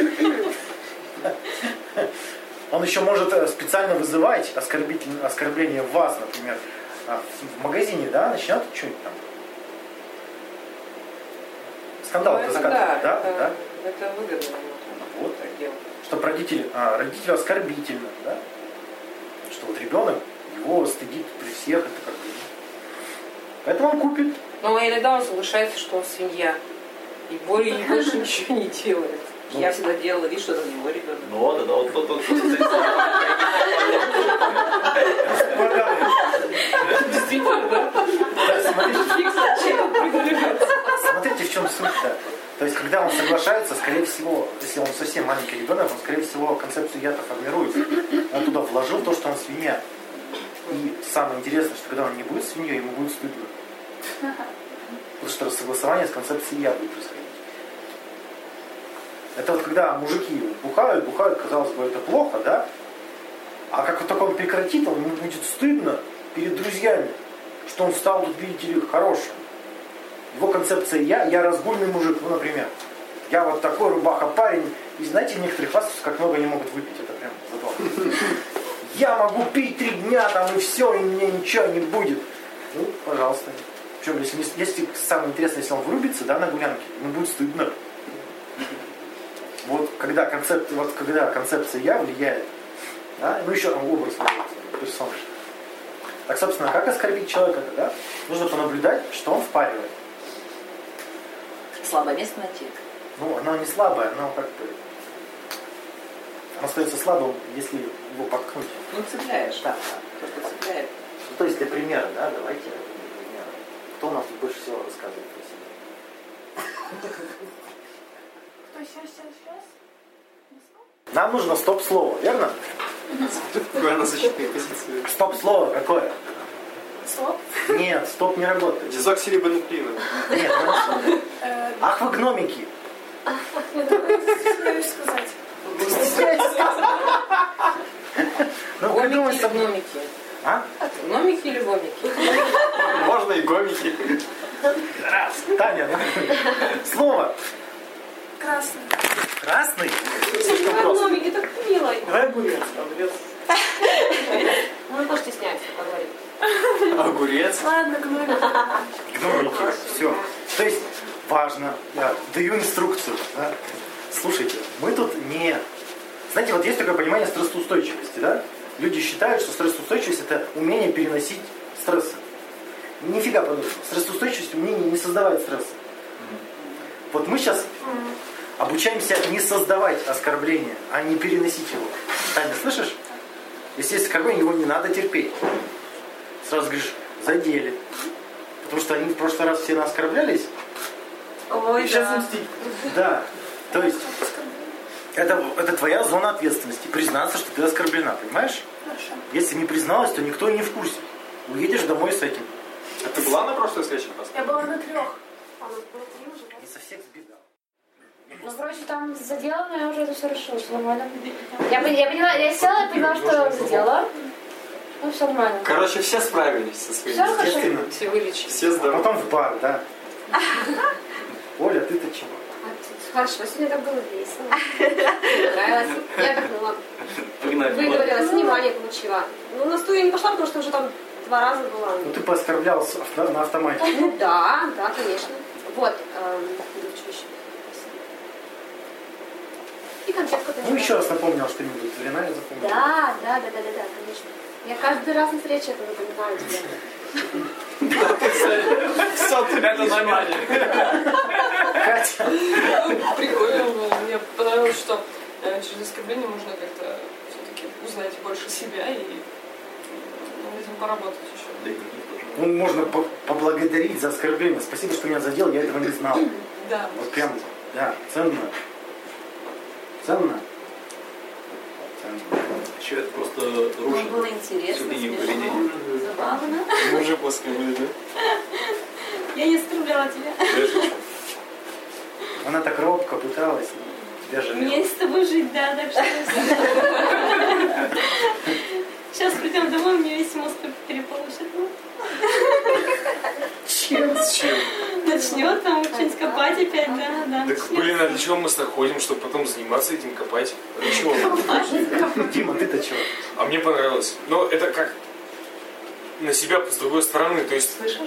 Он еще может специально вызывать оскорбительное оскорбление в вас, например, в магазине, да, начнет что-нибудь там. Скандал Ну, это закатывает, да, это, да? это выгодно. Вот. Так делать. Чтобы родители, а, родителю оскорбительно, да? Что вот ребенок его стыдит при всех, это как бы. Поэтому он купит. Ну, а иногда он соглашается, что он свинья. И более и больше ничего не делает. Я всегда делала вид, что это не мой ребенок. Ну вот, это вот тот, кто Действительно, да? Да, смотрите, Фиг зачем придумывается. смотрите, в чем суть-то. То есть, когда он соглашается, скорее всего, если он совсем маленький ребенок, он, скорее всего, концепцию я-то формирует. Он туда вложил то, что он свинья. И самое интересное, что когда он не будет свиньей, ему будет стыдно. Потому что согласование с концепцией я будет происходить. Это вот когда мужики бухают, бухают, казалось бы, это плохо, да? А как вот только он прекратит, ему будет стыдно перед друзьями, что он стал тут, видите ли, хорошим. Его концепция я, я разгульный мужик, ну, например. Я вот такой рубаха-парень. И знаете, некоторые хвастаются, как много они могут выпить. Это прям задорно. Я могу пить три дня там и все, и мне ничего не будет. Ну, пожалуйста. Причем, если, если самое интересное, если он врубится, да, на гулянке, ему будет стыдно. Вот когда, концепт, вот когда концепция я влияет, да, ну еще образ персонаж. Так, собственно, как оскорбить человека, да? Нужно понаблюдать, что он впаривает. Слабое место найти. Ну, оно не слабое, оно как бы... Оно остается слабым, если его подкнуть. Ну, цепляешь. Да. То, что цепляет. Ну, то есть для примера, да, давайте для примера. Кто у нас тут больше всего рассказывает про себя? Кто сейчас, сейчас, сейчас? Нам нужно стоп-слово, верно? Какая она защитная позиция? Стоп-слово какое? Стоп. Нет, стоп не работает. Дезоксирибонуклеиновый. Нет, ну, ах вы гномики. Я даже сказать. Ну, Гомики придумай или сам. гномики? А? Гномики или гомики? Можно и гомики. Раз. Таня, ну, слово. Красный. Красный? Слушай, как гномики, так мило. Давай огурец. Огурец. Ну, тоже стесняется поговорить. Огурец. Ладно, гномик. Гномики. Все. То есть важно. Я даю инструкцию. Да? Слушайте, мы тут не... Знаете, вот есть такое понимание стрессоустойчивости, да? Люди считают, что стрессоустойчивость это умение переносить стрессы. Нифига подобного. Стрессоустойчивость умение не создавать стресса. Вот мы сейчас обучаемся не создавать оскорбления, а не переносить его. Таня, слышишь? Если есть оскорбление, его не надо терпеть. Сразу говоришь, задели. Потому что они в прошлый раз все оскорблялись. Ой, и сейчас да. мстить. Да. То есть это, это твоя зона ответственности. Признаться, что ты оскорблена, понимаешь? Хорошо. Если не призналась, то никто и не в курсе. Уедешь домой с этим. А ты была на прошлой встрече? Я была на трех. А у нас было три уже, да? Не со всех сбегал. Ну, короче, там заделано, я уже это все решила, все нормально. Я, пон- я поняла, я села и поняла, что задела. Ну, все нормально. Короче, все справились со своими. Все хорошо. Естественно. Все вылечились. Все А здоровы. потом в бар, да. Оля, ты-то чего? Хорошо, сегодня так было весело. Понравилось. Я так, ну ладно. Погнали. Выговорилась, внимание получила. Ну, на студию не пошла, потому что уже там два раза была. Ну ты пооскорблял с- авто- на автомате. Ну да, да, конечно. Вот. эм, что еще? И конфетку тоже. Ну еще раз напомнил что-нибудь. Вина я запомнил. Да, да, да, да, да, да, конечно. Я каждый раз на встрече это запоминаю тебе. Все, это нормально. Катя. Ну, прикольно было. Мне понравилось, что э, через оскорбление можно как-то все-таки узнать больше себя и над этим поработать еще. Да и других тоже. Ну, можно по- поблагодарить за оскорбление. Спасибо, что меня задел, я этого не знал. Да. Вот прям, да, ценно. Ценно. Ценно. Еще это просто Ну, рушит было всю интересно, линию смешно, поведения. забавно. Мы уже поскорбили, да? Я не оскорбляла тебя. Она так робко пыталась. Тебя жалела. Мне с тобой жить, да, так что... Сейчас придем домой, мне весь мозг переполощет. Чем? С чем? Начнет там что-нибудь копать опять, да, да. Так, блин, а для чего мы сюда ходим, чтобы потом заниматься этим, копать? А для чего? Дима, ты-то чего? А мне понравилось. Но это как на себя с другой стороны, то есть... Слышишь?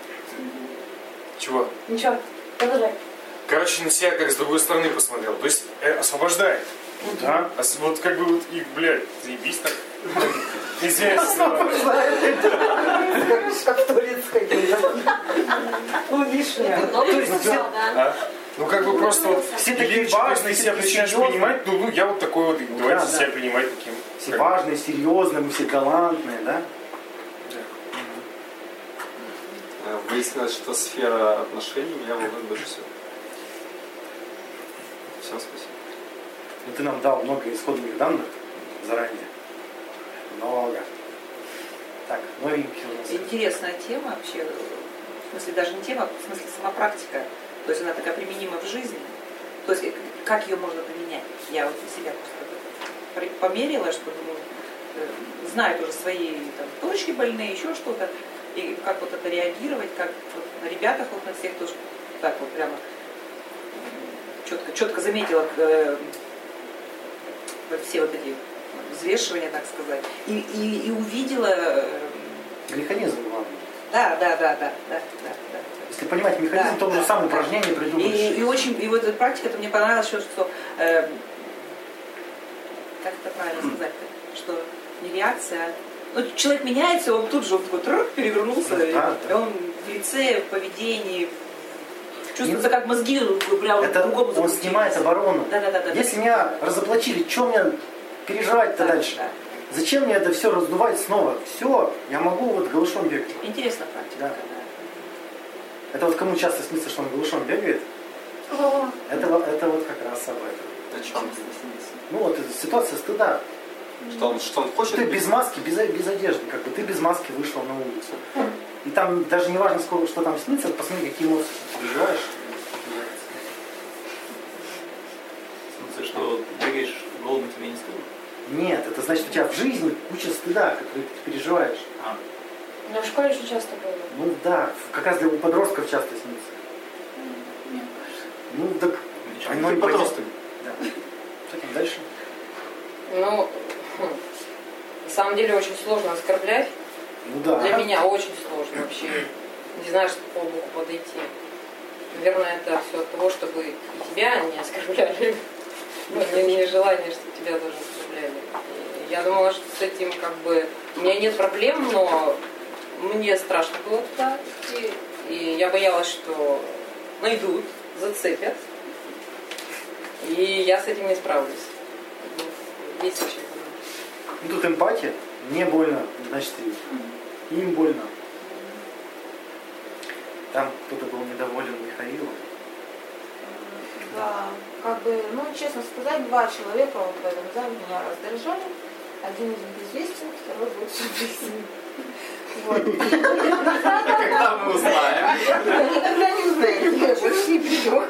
Чего? Ничего, продолжай. Короче, на себя как с другой стороны посмотрел. То есть э, освобождает. Да. Ос- вот как бы вот, и, блядь, заебись так. Извиняюсь. Как в туалет сходили. Ну, лишнее. Много сказала, да. А? Ну как бы просто вот Все и такие легче, то есть важные, ты себя все начинаешь серьезные. принимать, ну, ну я вот такой вот, и Ну, давайте да, да. себя принимать таким. Все Как- важные, серьезные, мы все галантные, да? Выяснилось, что сфера отношений меня волнует больше всего. Всем спасибо. Ну, ты нам дал много исходных данных заранее. Много. Так, новенький у нас. Интересная тема вообще. В смысле, даже не тема, в смысле сама практика. То есть она такая применима в жизни. То есть как ее можно поменять? Я вот для себя просто померила, что думаю, э, знаю тоже свои там, точки больные, еще что-то. И как вот это реагировать, как вот на ребятах, вот на всех тоже так вот прямо четко, четко заметила э, вот все вот эти взвешивания, так сказать. И, и, и увидела... э, Механизм главный. да, да, да, да, да, да, да. Если понимать механизм, Да, то да, же самое да. упражнение придумаешь. И, и очень, и вот эта практика, это мне понравилось, что, что э, как это правильно сказать-то, что не реакция, а ну, человек меняется, он тут же он такой тррр, перевернулся, Да, и, да. и он в лице, в поведении, чувствуется, как мозги прям Это по-другому он запустились. снимает оборону. Да, да, да, да. Если меня разоблачили, что мне переживать-то Да, дальше? да. Зачем мне это все раздувать снова? Все, я могу вот голышом бегать. Интересная практика. Да. Да. Это вот кому часто снится, что он голышом бегает, О, это, вот- это вот как раз об этом. О чем? Ну вот эта ситуация стыда. Что он, что он хочет? Ты без маски, без, без одежды, как бы ты без маски вышел на улицу. И там даже не важно, сколько, что там снится, посмотри, какие эмоции ты переживаешь. В смысле, что бегаешь голым, тебе не стыдно? Нет, это значит, у тебя в жизни куча стыда, который ты переживаешь. А, у меня в школе очень часто было. Ну да, как раз для у подростков часто снится. Ну так, ничего. оно Ты не подросток. Да. Что там дальше? Ну, хм, на самом деле очень сложно оскорблять. Ну да. Для меня очень сложно вообще. Не знаю, что по богу подойти. Наверное, это все от того, чтобы и тебя не оскорбляли. Ну, не, не желание, чтобы тебя тоже оскорбляли. И я думала, что с этим как бы у меня нет проблем, но мне страшно было туда идти. И я боялась, что найдут, зацепят. И я с этим не справлюсь. Есть вообще. Ну тут эмпатия. Мне больно, значит и им больно. Там кто-то был недоволен Михаилом. Да, как бы, ну, честно сказать, два человека вот в этом зале меня раздражали. Один из них известен, второй будет сюрпризом. Когда мы узнаем? Никогда не узнаете, больше не приду.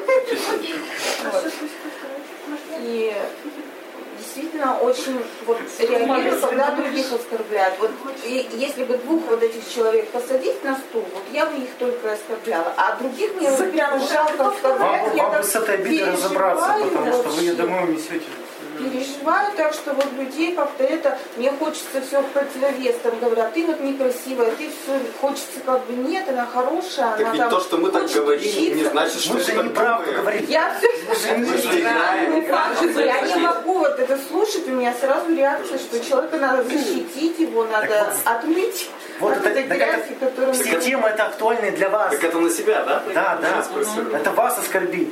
И действительно очень вот реагирую, когда других оскорбляют. Вот и, если бы двух вот этих человек посадить на стул, вот я бы их только оскорбляла, а других мне вот прям жалко оскорблять. Вам, Я вам бы так с этой обидой разобраться, потому что вы ее домой унесете. Переживаю так, что вот людей как-то это, мне хочется все в противовес, там говорят, ты вот некрасивая, ты все, хочется как бы нет, она хорошая, Так она ведь там то, что мы так хочет говорим, учиться. не значит, что Мы мы же так неправду думаем. говорим. Я все Мы же играем. не факт, я не могу вот это слушать, у меня сразу реакция, что человека надо защитить, его надо отмыть Вот от это, этой так грязи, это, которую все темы это актуальны для вас. Так это на себя, да? Да, да. Это вас оскорбит.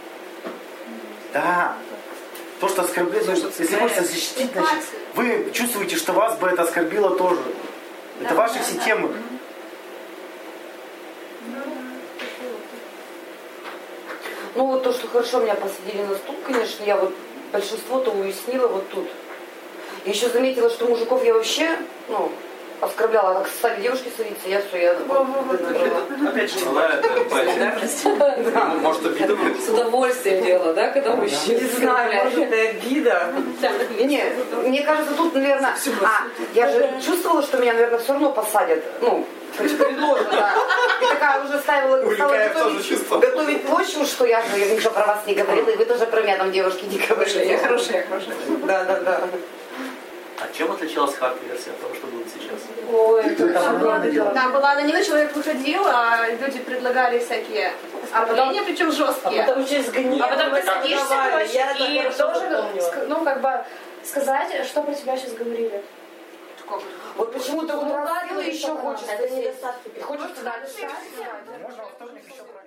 Да. То, что оскорбляет, ну, если хочется защитить, значит, вы чувствуете, что вас бы это оскорбило тоже. Это ваши все темы. Ну вот то, что хорошо меня посадили на стул, конечно, я вот большинство-то уяснила вот тут. И еще заметила, что мужиков я вообще, ну, оскорбляла, как стали девушки садиться, я все, я... Опять же, солидарность. Может, обидно? С удовольствием дело, да, когда мужчина Не знаю, может, это обида. Не, мне кажется, тут, наверное... А, я же чувствовала, что меня, наверное, все равно посадят. Ну, предложено, да. И такая уже ставила, стала готовить, готовить почву, что я же ничего про вас не говорила, и вы тоже про меня там, девушки, не говорили. Я хорошая, я хорошая. Да, да, да. А чем отличалась хард-версия от того, что было сейчас? Ой, это Там была на нее, человек выходил, а люди предлагали всякие оскорбления, причем жесткие. А потом через гнев. А потом ты садишься, короче, Я это и хорошо должен, запомнила. ск- ну, как бы, сказать, что про тебя сейчас говорили. Вот почему-то вот раз и еще хочется. Это недостатки. Хочется дальше. Можно во вторник еще